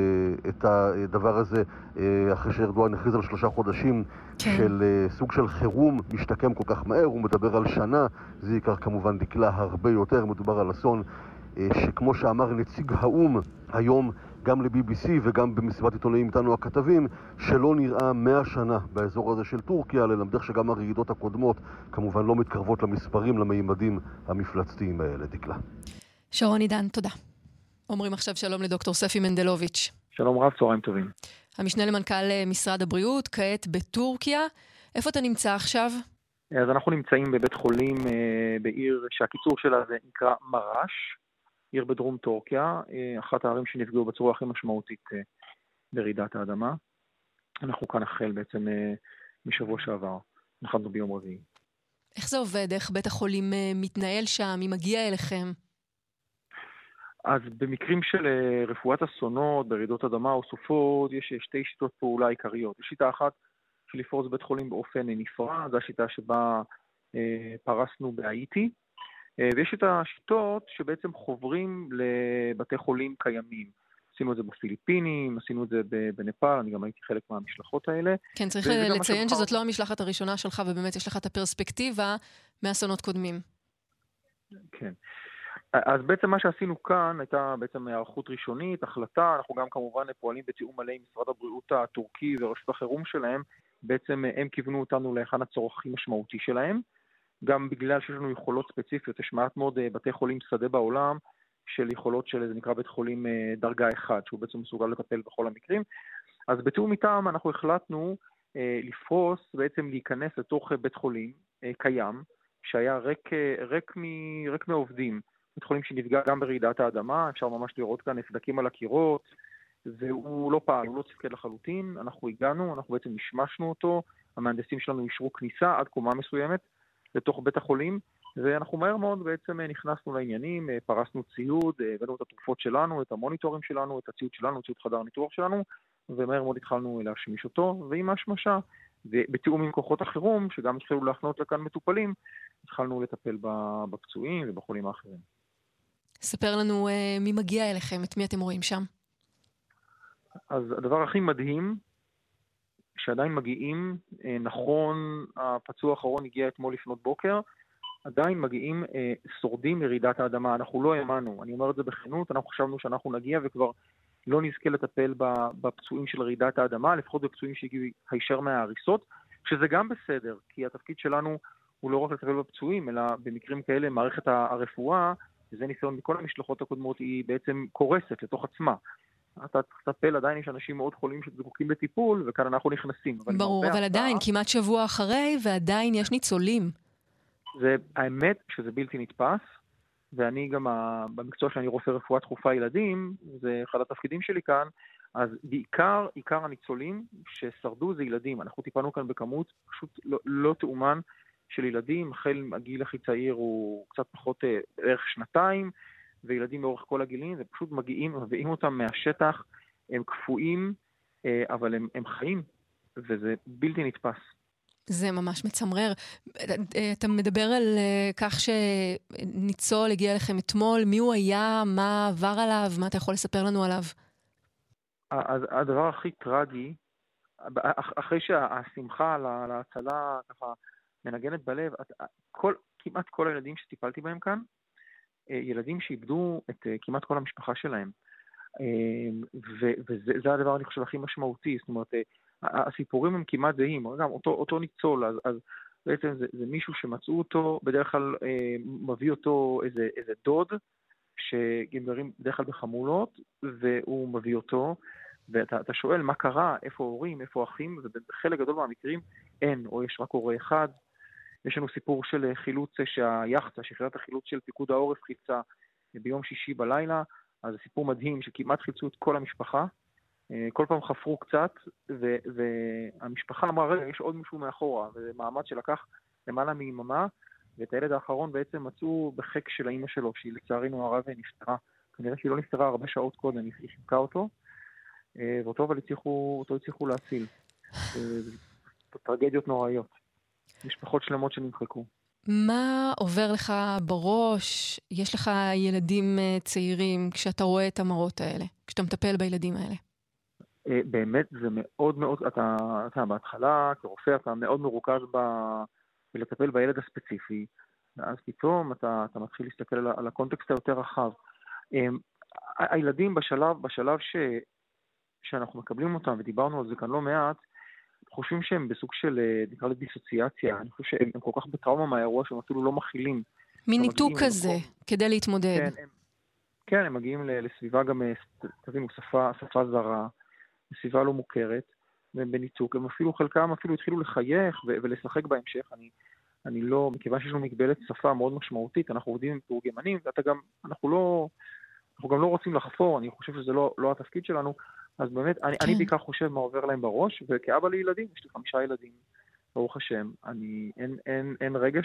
את הדבר הזה אחרי שארדואן הכריז על 3 חודשים של סוג של חירום משתקם כל כך מהר. הוא מדבר על שנה, זה ייקח כמובן דקלה הרבה יותר. מדובר על אסון שכמו שאמר נציג האום היום גם ל-BBC וגם במסיבת עיתונאים איתנו הכתבים, שלא נראה 100 שנה באזור הזה של טורקיה, ללמדך שגם הרעידות הקודמות כמובן לא מתקרבות למספרים, למימדים המפלצתיים האלה. דקלה. שרון עידן, תודה. אומרים עכשיו שלום לדוקטור ספי מנדלוביץ'. שלום רב, צהריים טובים. המשנה למנכ"ל משרד הבריאות, כעת בטורקיה. איפה אתה נמצא עכשיו? אז אנחנו נמצאים בבית חולים בעיר שהקיצור שלה זה נקרא מרש, עיר בדרום טורקיה, אחת הערים שנפגעו בצורה הכי משמעותית ברעידת האדמה. אנחנו כאן החל בעצם משבוע שעבר, נחתנו ביום רביעי. איך זה עובד? איך בית החולים מתנהל שם? מי מגיע אליכם? אז במקרים של רפואת אסונות, ברעידות אדמה או סופות, יש 2 שיטות פעולה עיקריות. יש שיטה אחת של לפרוס בית חולים באופן נפרד, זו השיטה שבה פרסנו בהאיטי, ויש את השיטות שבעצם חוברים לבתי חולים קיימים. עשינו את זה בפיליפינים, עשינו את זה בנפאל, אני גם הייתי חלק מהמשלחות האלה. כן, צריך לציין שזאת לא המשלחת הראשונה שלך, ובאמת יש לך את הפרספקטיבה מאסונות קודמים. כן. אז בעצם מה שעשינו כאן הייתה בעצם הערכות ראשונית, החלטה, אנחנו גם כמובן פועלים בתיאום מלא עם משרד הבריאות הטורקי ורשות החירום שלהם, בעצם הם כיוונו אותנו להיכן הצורך הכי משמעותי שלהם, גם בגלל שיש לנו יכולות ספציפיות, יש מעט מאוד בתי חולים שדה בעולם, של יכולות של זה נקרא בית חולים דרגה 1, שהוא בעצם מסוגל לטפל בכל המקרים, אז בתיאום איתם אנחנו החלטנו לפרוס, בעצם להיכנס לתוך בית חולים קיים, שהיה ריק מעובדים, בית חולים שנפגע גם ברעידת האדמה, אפשר ממש לראות כאן סדקים על הקירות, והוא לא פעל, הוא לא תפקד לחלוטין, אנחנו הגענו, אנחנו בעצם נשמשנו אותו, המהנדסים שלנו אישרו כניסה עד קומה מסוימת לתוך בית החולים, ואנחנו מהר מאוד בעצם נכנסנו לעניינים, פרסנו ציוד, הבאנו את התרופות שלנו, את המוניטורים שלנו, את הציוד שלנו, ציוד חדר ניתוח שלנו, ומהר מאוד התחלנו להשמיש אותו, ועם ההשמשה, ובתיאום עם כוחות החירום, שגם התחילו להכנות לכאן מטופלים, התחלנו לטפל בפצועים ובחולים האחרים. ספר לנו מי מגיע אליכם, את מי אתם רואים שם? אז הדבר הכי מדהים, שעדיין מגיעים, נכון, הפצוע האחרון הגיע אתמול לפנות בוקר, עדיין מגיעים שורדים מרעידת האדמה, אנחנו לא האמנו, אני אומר את זה בכנות, אנחנו חשבנו שאנחנו נגיע וכבר לא נזכה לטפל בפצועים של רעידת האדמה, לפחות בפצועים שהגיעו הישר מההריסות, שזה גם בסדר, כי התפקיד שלנו הוא לא רק לטפל בפצועים, אלא במקרים כאלה מערכת הרפואה, וזה ניסיון מכל המשלחות הקודמות, היא בעצם קורסת לתוך עצמה. אתה צריך לטפל, עדיין יש אנשים מאוד חולים שזקוקים לטיפול, וכאן אנחנו נכנסים. ברור, אבל עדיין, כמעט שבוע אחרי, ועדיין יש ניצולים. זה האמת שזה בלתי נתפס, ואני גם, במקצוע שאני רופא רפואה דחופה ילדים, זה אחד התפקידים שלי כאן, אז בעיקר הניצולים ששרדו זה ילדים. אנחנו טיפלנו כאן בכמות פשוט לא תאומן של ילדים, החל הגיל הכי צעיר הוא קצת פחות בערך 2, וילדים מאורך כל הגילים, זה פשוט מביאים אותם מהשטח, הם קפואים, אבל הם חיים, וזה בלתי נתפס. זה ממש מצמרר. אתה מדבר על כך שניצול הגיע לכם אתמול, מי הוא היה, מה עבר עליו, מה אתה יכול לספר לנו עליו? הדבר הכי טרגי, אחרי שהשמחה על ההצלה ככה מנגנת בלב, כמעט כל הילדים שטיפלתי בהם כאן, ילדים שאיבדו את כמעט כל המשפחה שלהם. וזה הדבר, אני חושב, הכי משמעותי. זאת אומרת, הסיפורים הם כמעט זהים. גם אותו ניצול, אז בעצם זה מישהו שמצאו אותו, בדרך כלל מביא אותו איזה דוד, שגרים בדרך כלל בחמולות, והוא מביא אותו, ואתה שואל מה קרה, איפה הורים, איפה אחים, ובחלק גדול מהמקרים אין, או יש רק הורה אחד. יש לנו סיפור של חילוץ שהיחצה, שחיית החילוץ של פיקוד העורף חילצה ביום שישי בלילה, אז זה סיפור מדהים שכמעט חילצו את כל המשפחה, כל פעם חפרו קצת, והמשפחה אמרה, רגע, יש עוד מישהו מאחורה, וזה מעמד שלקח למעלה מיממה, ואת הילד האחרון בעצם מצאו בחק של האמא שלו, שהיא לצערנו הרב נפטרה, כנראה שהיא לא נפטרה הרבה שעות קודם, היא חיבקה אותו, ואותו אבל הצליחו להציל. טרגדיות נוראיות. משפחות שלמות שנמחקו. מה עובר לך בראש? יש לך ילדים צעירים כשאתה רואה את המראות האלה, כשאתה מטפל בילדים האלה? באמת זה מאוד מאוד, אתה בהתחלה כרופא אתה מאוד מרוכז בלטפל בילד הספציפי, ואז פתאום אתה מתחיל להסתכל על הקונטקסט היותר רחב. הילדים בשלב שאנחנו מקבלים אותם, ודיברנו על זה כאן לא מעט, חושבים שהם בסוג של, נקרא לדיסוציאציה, אני חושב שהם כל כך בטראומה מהאירוע שהם אפילו לא מכילים. מין ניתוק כזה, כדי להתמודד. כן, הם מגיעים לסביבה גם, תבינו, שפה זרה, סביבה לא מוכרת, והם בניתוק, הם אפילו חלקם אפילו התחילו לחייך ולשחק בהמשך, אני לא, מכיוון שיש לנו מגבלת שפה מאוד משמעותית, אנחנו עובדים עם תורגמנים, אנחנו גם לא רוצים לחפור, אני חושב שזה לא התפקיד שלנו, אז באמת, אני בעיקר חושב מה עובר להם בראש, וכאבא לילדים, יש לי 5 ילדים, ברוך השם, אין רגע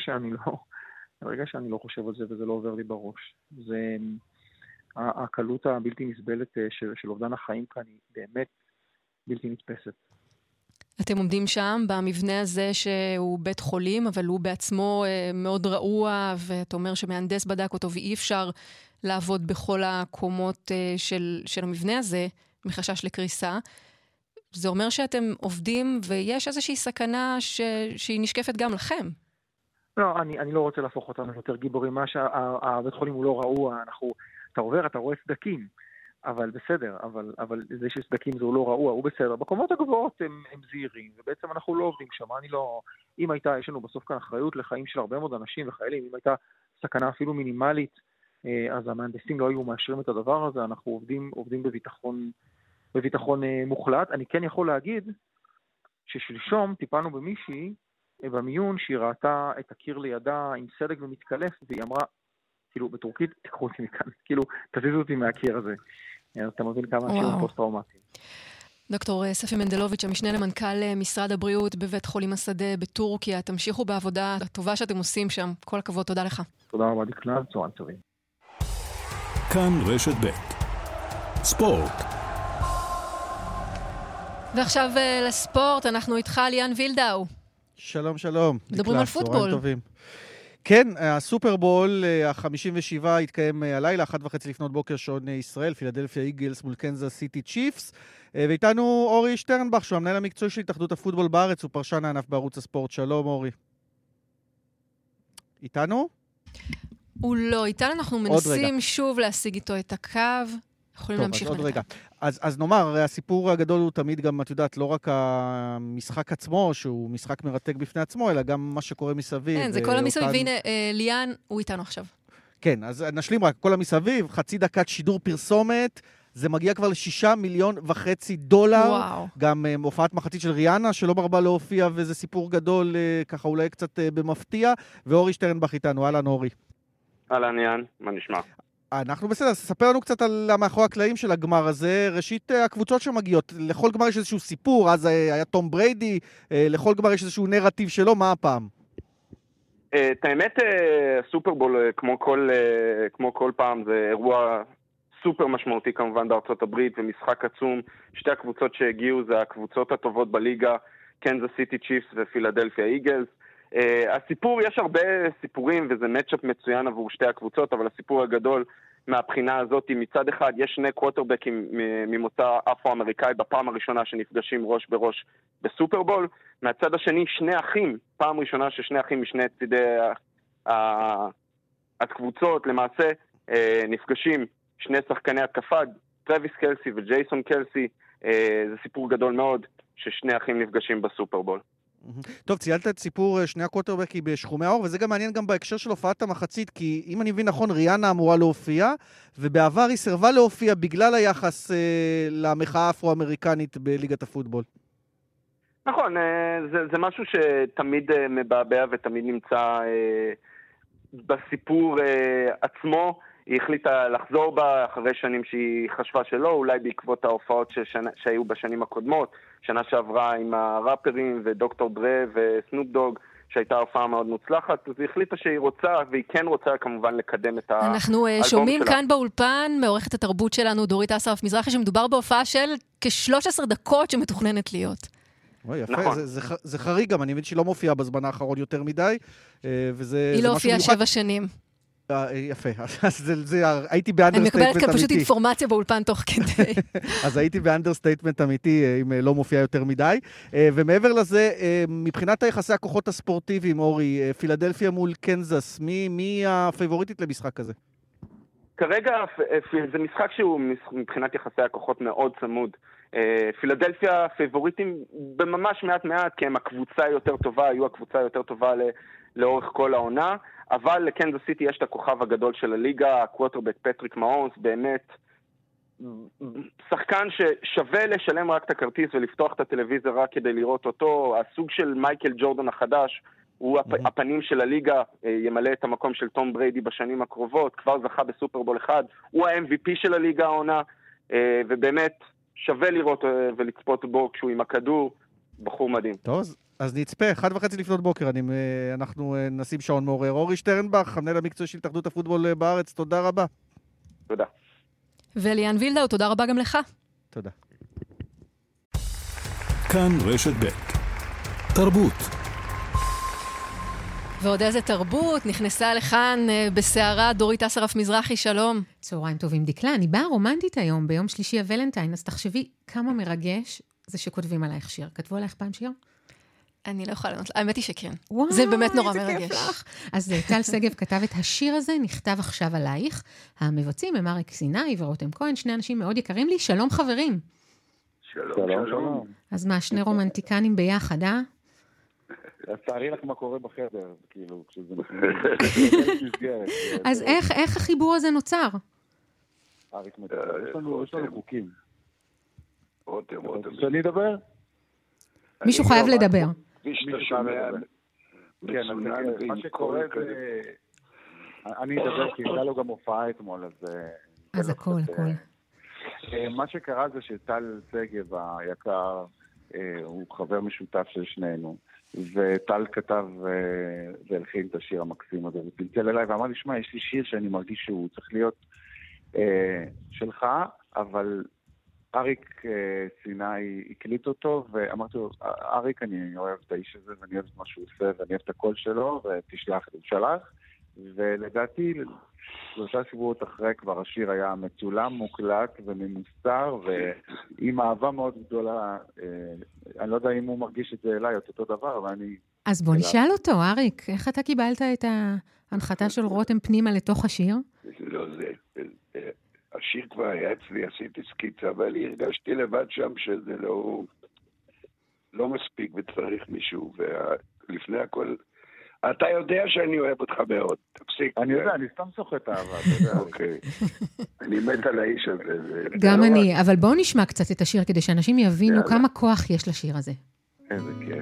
שאני לא חושב על זה, וזה לא עובר לי בראש. זה, הקלות הבלתי נסבלת של אובדן החיים כאן היא באמת בלתי נתפסת. אתם עומדים שם במבנה הזה שהוא בית חולים, אבל הוא בעצמו מאוד רעוע, ואתה אומר שמהנדס בדק אותו, ואי אפשר לעבוד בכל הקומות של המבנה הזה, מחשש לקריסה. זה אומר שאתם עובדים ויש איזושהי סכנה שהיא נשקפת גם לכם. לא, אני לא רוצה להפוך אותנו יותר גיבורים. מה שהבית חולים הוא לא רעוע, אתה עובר, אתה רואה סדקים, אבל בסדר, אבל זה שסדקים זה לא רעוע, הוא בסדר. בקומות הגבוהות הם זהירים, ובעצם אנחנו לא עובדים שם. אם הייתה, יש לנו בסוף כאן אחריות לחיים של הרבה מאוד אנשים וחיילים, אם הייתה סכנה אפילו מינימלית, אז המהנדסים לא היו מאשרים את הדבר הזה, אנחנו עובדים בביטחון מוחלט. אני כן יכול להגיד ששלשום טיפלנו במישהי במיון שהיא ראתה את הקיר לידה עם סדק ומתקלף, והיא אמרה, כאילו בטורקית, תקחו אותי מכאן, כאילו תזיזו אותי מהקיר הזה. אז אתה מבין כמה אנשים פוסט-טראומטיים. דוקטור ספי מנדלוביץ', המשנה למנכ"ל משרד הבריאות בבית חולים השדה בטורקיה, תמשיכו בעבודה הטובה שאתם עושים שם. כל הכבוד, תודה לך. תודה רבה דקלה, צהריים טובים. כאן רשת ב' ספורט. ועכשיו לספורט, אנחנו איתך ליאן וילדאו. שלום, שלום. מדברים על פוטבול. כן, הסופרבול ה-57 התקיים הלילה, 1:30 לפנות בוקר שעון ישראל, פילדלפיה איגלס מול קנזס סיטי צ'יפס. ואיתנו אורי שטרנבך, שהוא המנהל המקצועי של התאחדות הפוטבול בארץ, הוא פרשן הענף בערוץ הספורט. שלום, אורי. איתנו? הוא לא, איתנו אנחנו מנסים שוב להשיג איתו את הקו. יכולים להמשיך עוד רגע. אז נאמר, הסיפור הגדול הוא תמיד גם, את יודעת, לא רק המשחק עצמו, שהוא משחק מרתק בפני עצמו, אלא גם מה שקורה מסביב. כן, זה כל המסביב, והנה, ליאן, הוא איתנו עכשיו. כן, אז נשלים רק, כל המסביב, חצי דקת שידור פרסומת, זה מגיע כבר ל$6.5 מיליון. וואו. גם הופעת מחצית של ריאנה, שלא מרבה להופיע, וזה סיפור גדול, ככה אולי קצת במפתיע, ואורי שטרנבך איתנו. אהלן, אורי. אהלן, יאן, מה נשמע? אנחנו בסדר, ספר לנו קצת על מאחורי הקלעים של הגמר הזה. ראשית, הקבוצות שמגיעות, לכל גמר יש איזשהו סיפור, אז היה תום בריידי, לכל גמר יש איזשהו נרטיב שלו, מה הפעם? את האמת, הסופרבול, כמו כל פעם, זה אירוע סופר משמעותי כמובן בארצות הברית, ומשחק עצום. שתי הקבוצות שהגיעו זה הקבוצות הטובות בליגה, קנזס סיטי צ'יפס ופילדלפיה איגלס. הסיפור, יש הרבה סיפורים וזה מצ'אפ מצוין עבור שתי הקבוצות, אבל הסיפור הגדול מהבחינה הזאת, מצד אחד יש שני קווטרבקים ממוצא אפרו-אמריקאי בפעם הראשונה שנפגשים ראש בראש בסופרבול, מהצד השני שני אחים, פעם ראשונה ששני אחים משני צידי הקבוצות למעשה נפגשים, שני שחקני התקפה, טרוויס קלסי וג'ייסון קלסי, זה סיפור גדול מאוד ששני אחים נפגשים בסופרבול. טוב, ציינת את סיפור שני הקווטרבקים בשחומי האור, וזה גם מעניין גם בהקשר של הופעת המחצית, כי אם אני מבין נכון, ריאנה אמורה להופיע, ובעבר היא סרבה להופיע בגלל היחס למחאה האפרו-אמריקנית בליגת הפוטבול. נכון, זה משהו שתמיד מבעבע ותמיד נמצא בסיפור עצמו. היא החליטה לחזור בה אחרי שנים שהיא חשבה שלא, אולי בעקבות ההופעות שהיו בשנים הקודמות, שנה שעברה עם הראפרים ודוקטור דרה וסנופ דוג, שהייתה הופעה מאוד מוצלחת, אז היא החליטה שהיא רוצה, והיא כן רוצה כמובן לקדם את האלבום שלה. אנחנו שומעים כאן באולפן, מעורכת התרבות שלנו, דורית אסרף מזרחי, שמדובר בהופעה של כ-13 דקות שמתוכננת להיות. אוי, יפה, נכון. זה חריג גם, אני מבין שהיא לא מופיעה בזמן האחרון יותר מדי, וזה... היא לא הופיעה 7 שנים. יפה, אז הייתי באנדרסטייטמנט אמיתי. אני מקבלת כאן פשוט אינפורמציה באולפן תוך כדי. אז הייתי באנדרסטייטמנט אמיתי, אם לא מופיע יותר מדי. ומעבר לזה, מבחינת היחסי הכוחות הספורטיביים, אורי, פילדלפיה מול קנזס, מי הפייבוריטית למשחק הזה? כרגע זה משחק שהוא מבחינת יחסי הכוחות מאוד צמוד. פילדלפיה פייבוריטים בממש מעט, כי הם הקבוצה יותר טובה, היו הקבוצה יותר טובה לאורך כל העונה, אבל לקנזס סיטי יש את הכוכב הגדול של הליגה, הקווטרבק פטריק מהונס, באמת שחקן ששווה לשלם רק את הכרטיס ולפתוח את הטלוויזיה רק כדי לראות אותו. הסוג של מייקל ג'ורדן החדש, הוא הפנים של הליגה, ימלא את המקום של תום בריידי בשנים הקרובות, כבר זכה בסופרבול 1, הוא ה-MVP של הליגה העונה, ובאמת שווה לראות ולצפות בו כשהוא עם הכדור, בחור מדהים. טוב, אז נצפה, 1:30 לפנות בוקר, אנחנו נשים שעון מעורר. אורי שטרנבך, המנהל המקצועי של התאחדות הפוטבול בארץ, תודה רבה. תודה. וליאן וילדאו, תודה רבה גם לך. תודה. כאן רשת ב' תרבות. ועוד איזה תרבות, נכנסה לכאן בסערה דורית אסרף מזרחי, שלום. צהריים טובים דקלה, אני באה רומנטית היום, ביום שלישי הוולנטיין, אז תחשבי כמה מרגש זה שכותבים עלייך שיר. כתבו עלייך פעם שיר? אני לא יכולה לענות, האמת היא שכן. זה באמת נורא מרגש. אז טל סגב כתב את השיר הזה, נכתב עכשיו עלייך. המבצעים הם אריק סיני ורותם כהן, שני אנשים מאוד יקרים לי. שלום חברים. שלום. אז מה, שני רומנטיקנים ביחד, אה? אז תארי לך מה קורה בחדר, כאילו, כשזה מסגרת. אז איך החיבור הזה נוצר? אריק מדבר, יש לנו חוקים. רותם. שאני אדבר? מישהו חייב לדבר. כן, מה שקורה זה... אני אדבר כי הייתה לו גם הופעה אתמול, אז הכל. מה שקרה זה שטל סגב היקר, הוא חבר משותף של שנינו, וטל כתב והלחין את השיר המקסים הזה, ופלצל אליי ואמר לי, שמע, יש לי שיר שאני מרגיש שהוא צריך להיות שלך, אבל אריק סיני הקליט אותו, ואמרתי לו, אריק, אני אוהב את האיש הזה, ואני אוהב את מה שהוא עושה, ואני אוהב את הקול שלו, ותשלח, הוא שלח, ולדעתי, 3 שבועות אחרי כבר השיר היה מצולם, מוקלט וממוסתר, ועם אהבה מאוד גדולה, אני לא יודע אם הוא מרגיש את זה אליי, אותו דבר, אבל אני... אז בוא נשאל אותו, אריק, איך אתה קיבלת את ההנחתה של רותם פנימה לתוך השיר? לא זה, השיר כבר היה אצלי, עשיתי סקיצה, אבל הרגשתי לבד שם שזה לא מספיק וצריך מישהו, ולפני הכל... אתה יודע שאני אוהב אותך מאוד, תפסיק. אני יודע, אני סתם סוחט אהבה. אוקיי. אני מת על האיש הזה. גם אני, אבל בואו נשמע קצת את השיר, כדי שאנשים יבינו כמה כוח יש לשיר הזה. איזה כיף.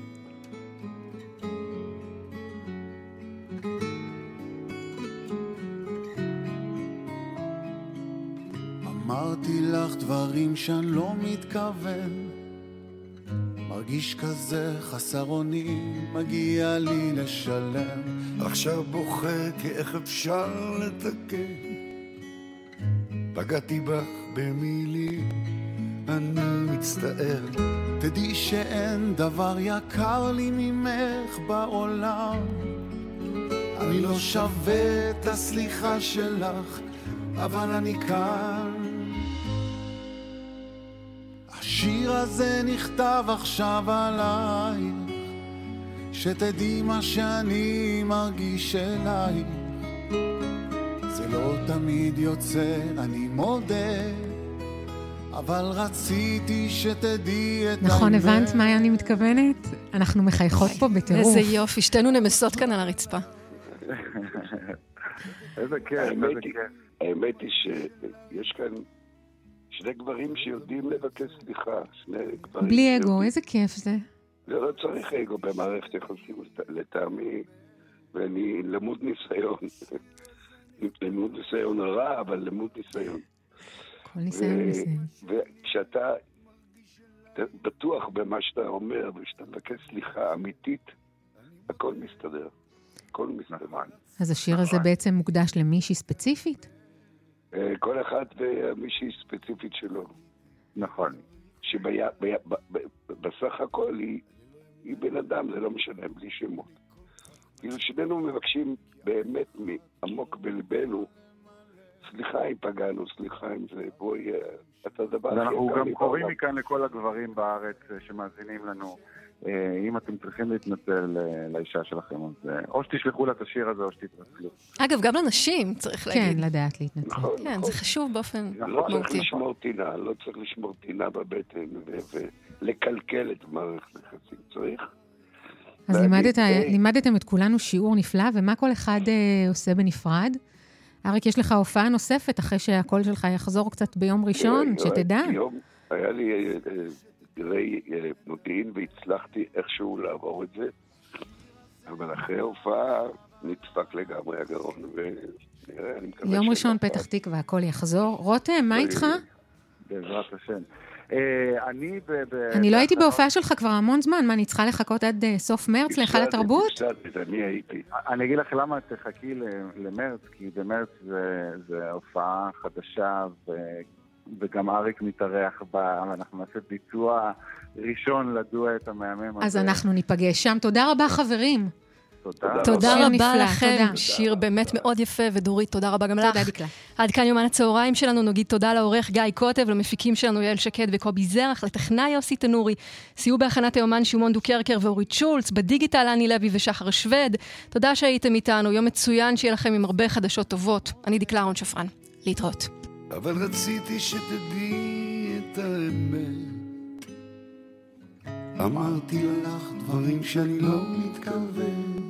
אמרתי לך דברים שאני לא מתכוון, מרגיש כזה חסר אונים, מגיע לי לשלם, עכשיו בוכה כי איך אפשר לתקן, פגעתי בך במילים, אני מצטער, תדעי שאין דבר יקר לי ממך בעולם. אני לא שווה את הסליחה שלך, אבל אני כאן. השיר הזה נכתב עכשיו עלייך, שתדעי מה שאני מרגיש אלייך. זה לא תמיד יוצא, אני מודה, אבל רציתי שתדעי את נכון, הבנת מה אני מתכוונת? אנחנו מחייכות פה בטירוף. איזה יופי, שתינו נמסות כאן על הרצפה. איזה כיף, איזה כיף. האמת היא שיש כאן שני גברים שיודעים לבקש סליחה. בלי אגו, איזה כיף זה. זה לא צריך אגו במערכת יחסים לטעמי, ואני למוד ניסיון. למוד ניסיון הרע, אבל למוד ניסיון. כל ניסיון ניסיון. וכשאתה בטוח במה שאתה אומר, ושאתה מבקש סליחה אמיתית, הכל מסתדר. הכל מסתדר. אז השיר הזה בעצם מוקדש למישהי ספציפית? כל אחד ומישהי ספציפית שלו. נכון. שבסך הכל היא בן אדם, זה לא משנה, בלי שמות. כאילו שנינו מבקשים באמת מעמוק בלבנו, סליחה אם פגענו, סליחה אם זה, בואי, אתה דבר... אנחנו גם קוראים מכאן לכל הגברים בארץ שמאזינים לנו, אם אתם צריכים להתנצל לאישה שלכם, אז או שתשלחו לה את השיר הזה או שתתנצלו. אגב, גם לנשים צריך להגיד. כן, לדעת להתנצל. כן, זה חשוב באופן לא צריך לשמור טינה, לא צריך לשמור טינה בבטן ולקלקל את מערכת היחסים, צריך. אז לימדתם את כולנו שיעור נפלא, ומה כל אחד עושה בנפרד? אריק, יש לך הופעה נוספת אחרי שהקול שלך יחזור קצת ביום ראשון, שתדע. היה לי גרי מודיעין והצלחתי איכשהו לעבור את זה, אבל אחרי ההופעה נדפק לגמרי הגרון, ונראה, אני מקווה... יום ראשון פתח תקווה, הכל יחזור. רותם, מה איתך? בעזרת השם. אני לא הייתי בהופעה שלך כבר המון זמן, מה, אני צריכה לחכות עד סוף מרץ להיכל התרבות? אני הייתי. אני אגיד לך למה תחכי למרץ, כי במרץ זה הופעה חדשה, וגם אריק מתארח בה, אנחנו נעשה ביצוע ראשון לדואט המהמם הזה. אז אנחנו ניפגש שם. תודה רבה חברים. תודה רבה לכם, שיר באמת מאוד יפה, ודורית, תודה רבה גם לך. תודה דקלה. עד כאן יומן הצהריים שלנו, נגיד תודה לעורך גיא קוטב, למפיקים שלנו יעל שקד וקובי זרח, לטכנאי יוסי תנורי, סייעו בהכנת היומן שמעון דוקרקר ואורית שולץ, בדיגיטל אני לוי ושחר שווד. תודה שהייתם איתנו, יום מצוין שיהיה לכם עם הרבה חדשות טובות. אני דקלה אהרון שפרן, להתראות. אבל רציתי שתדעי את האמת, אמרתי לך דברים שאני לא מתכוון,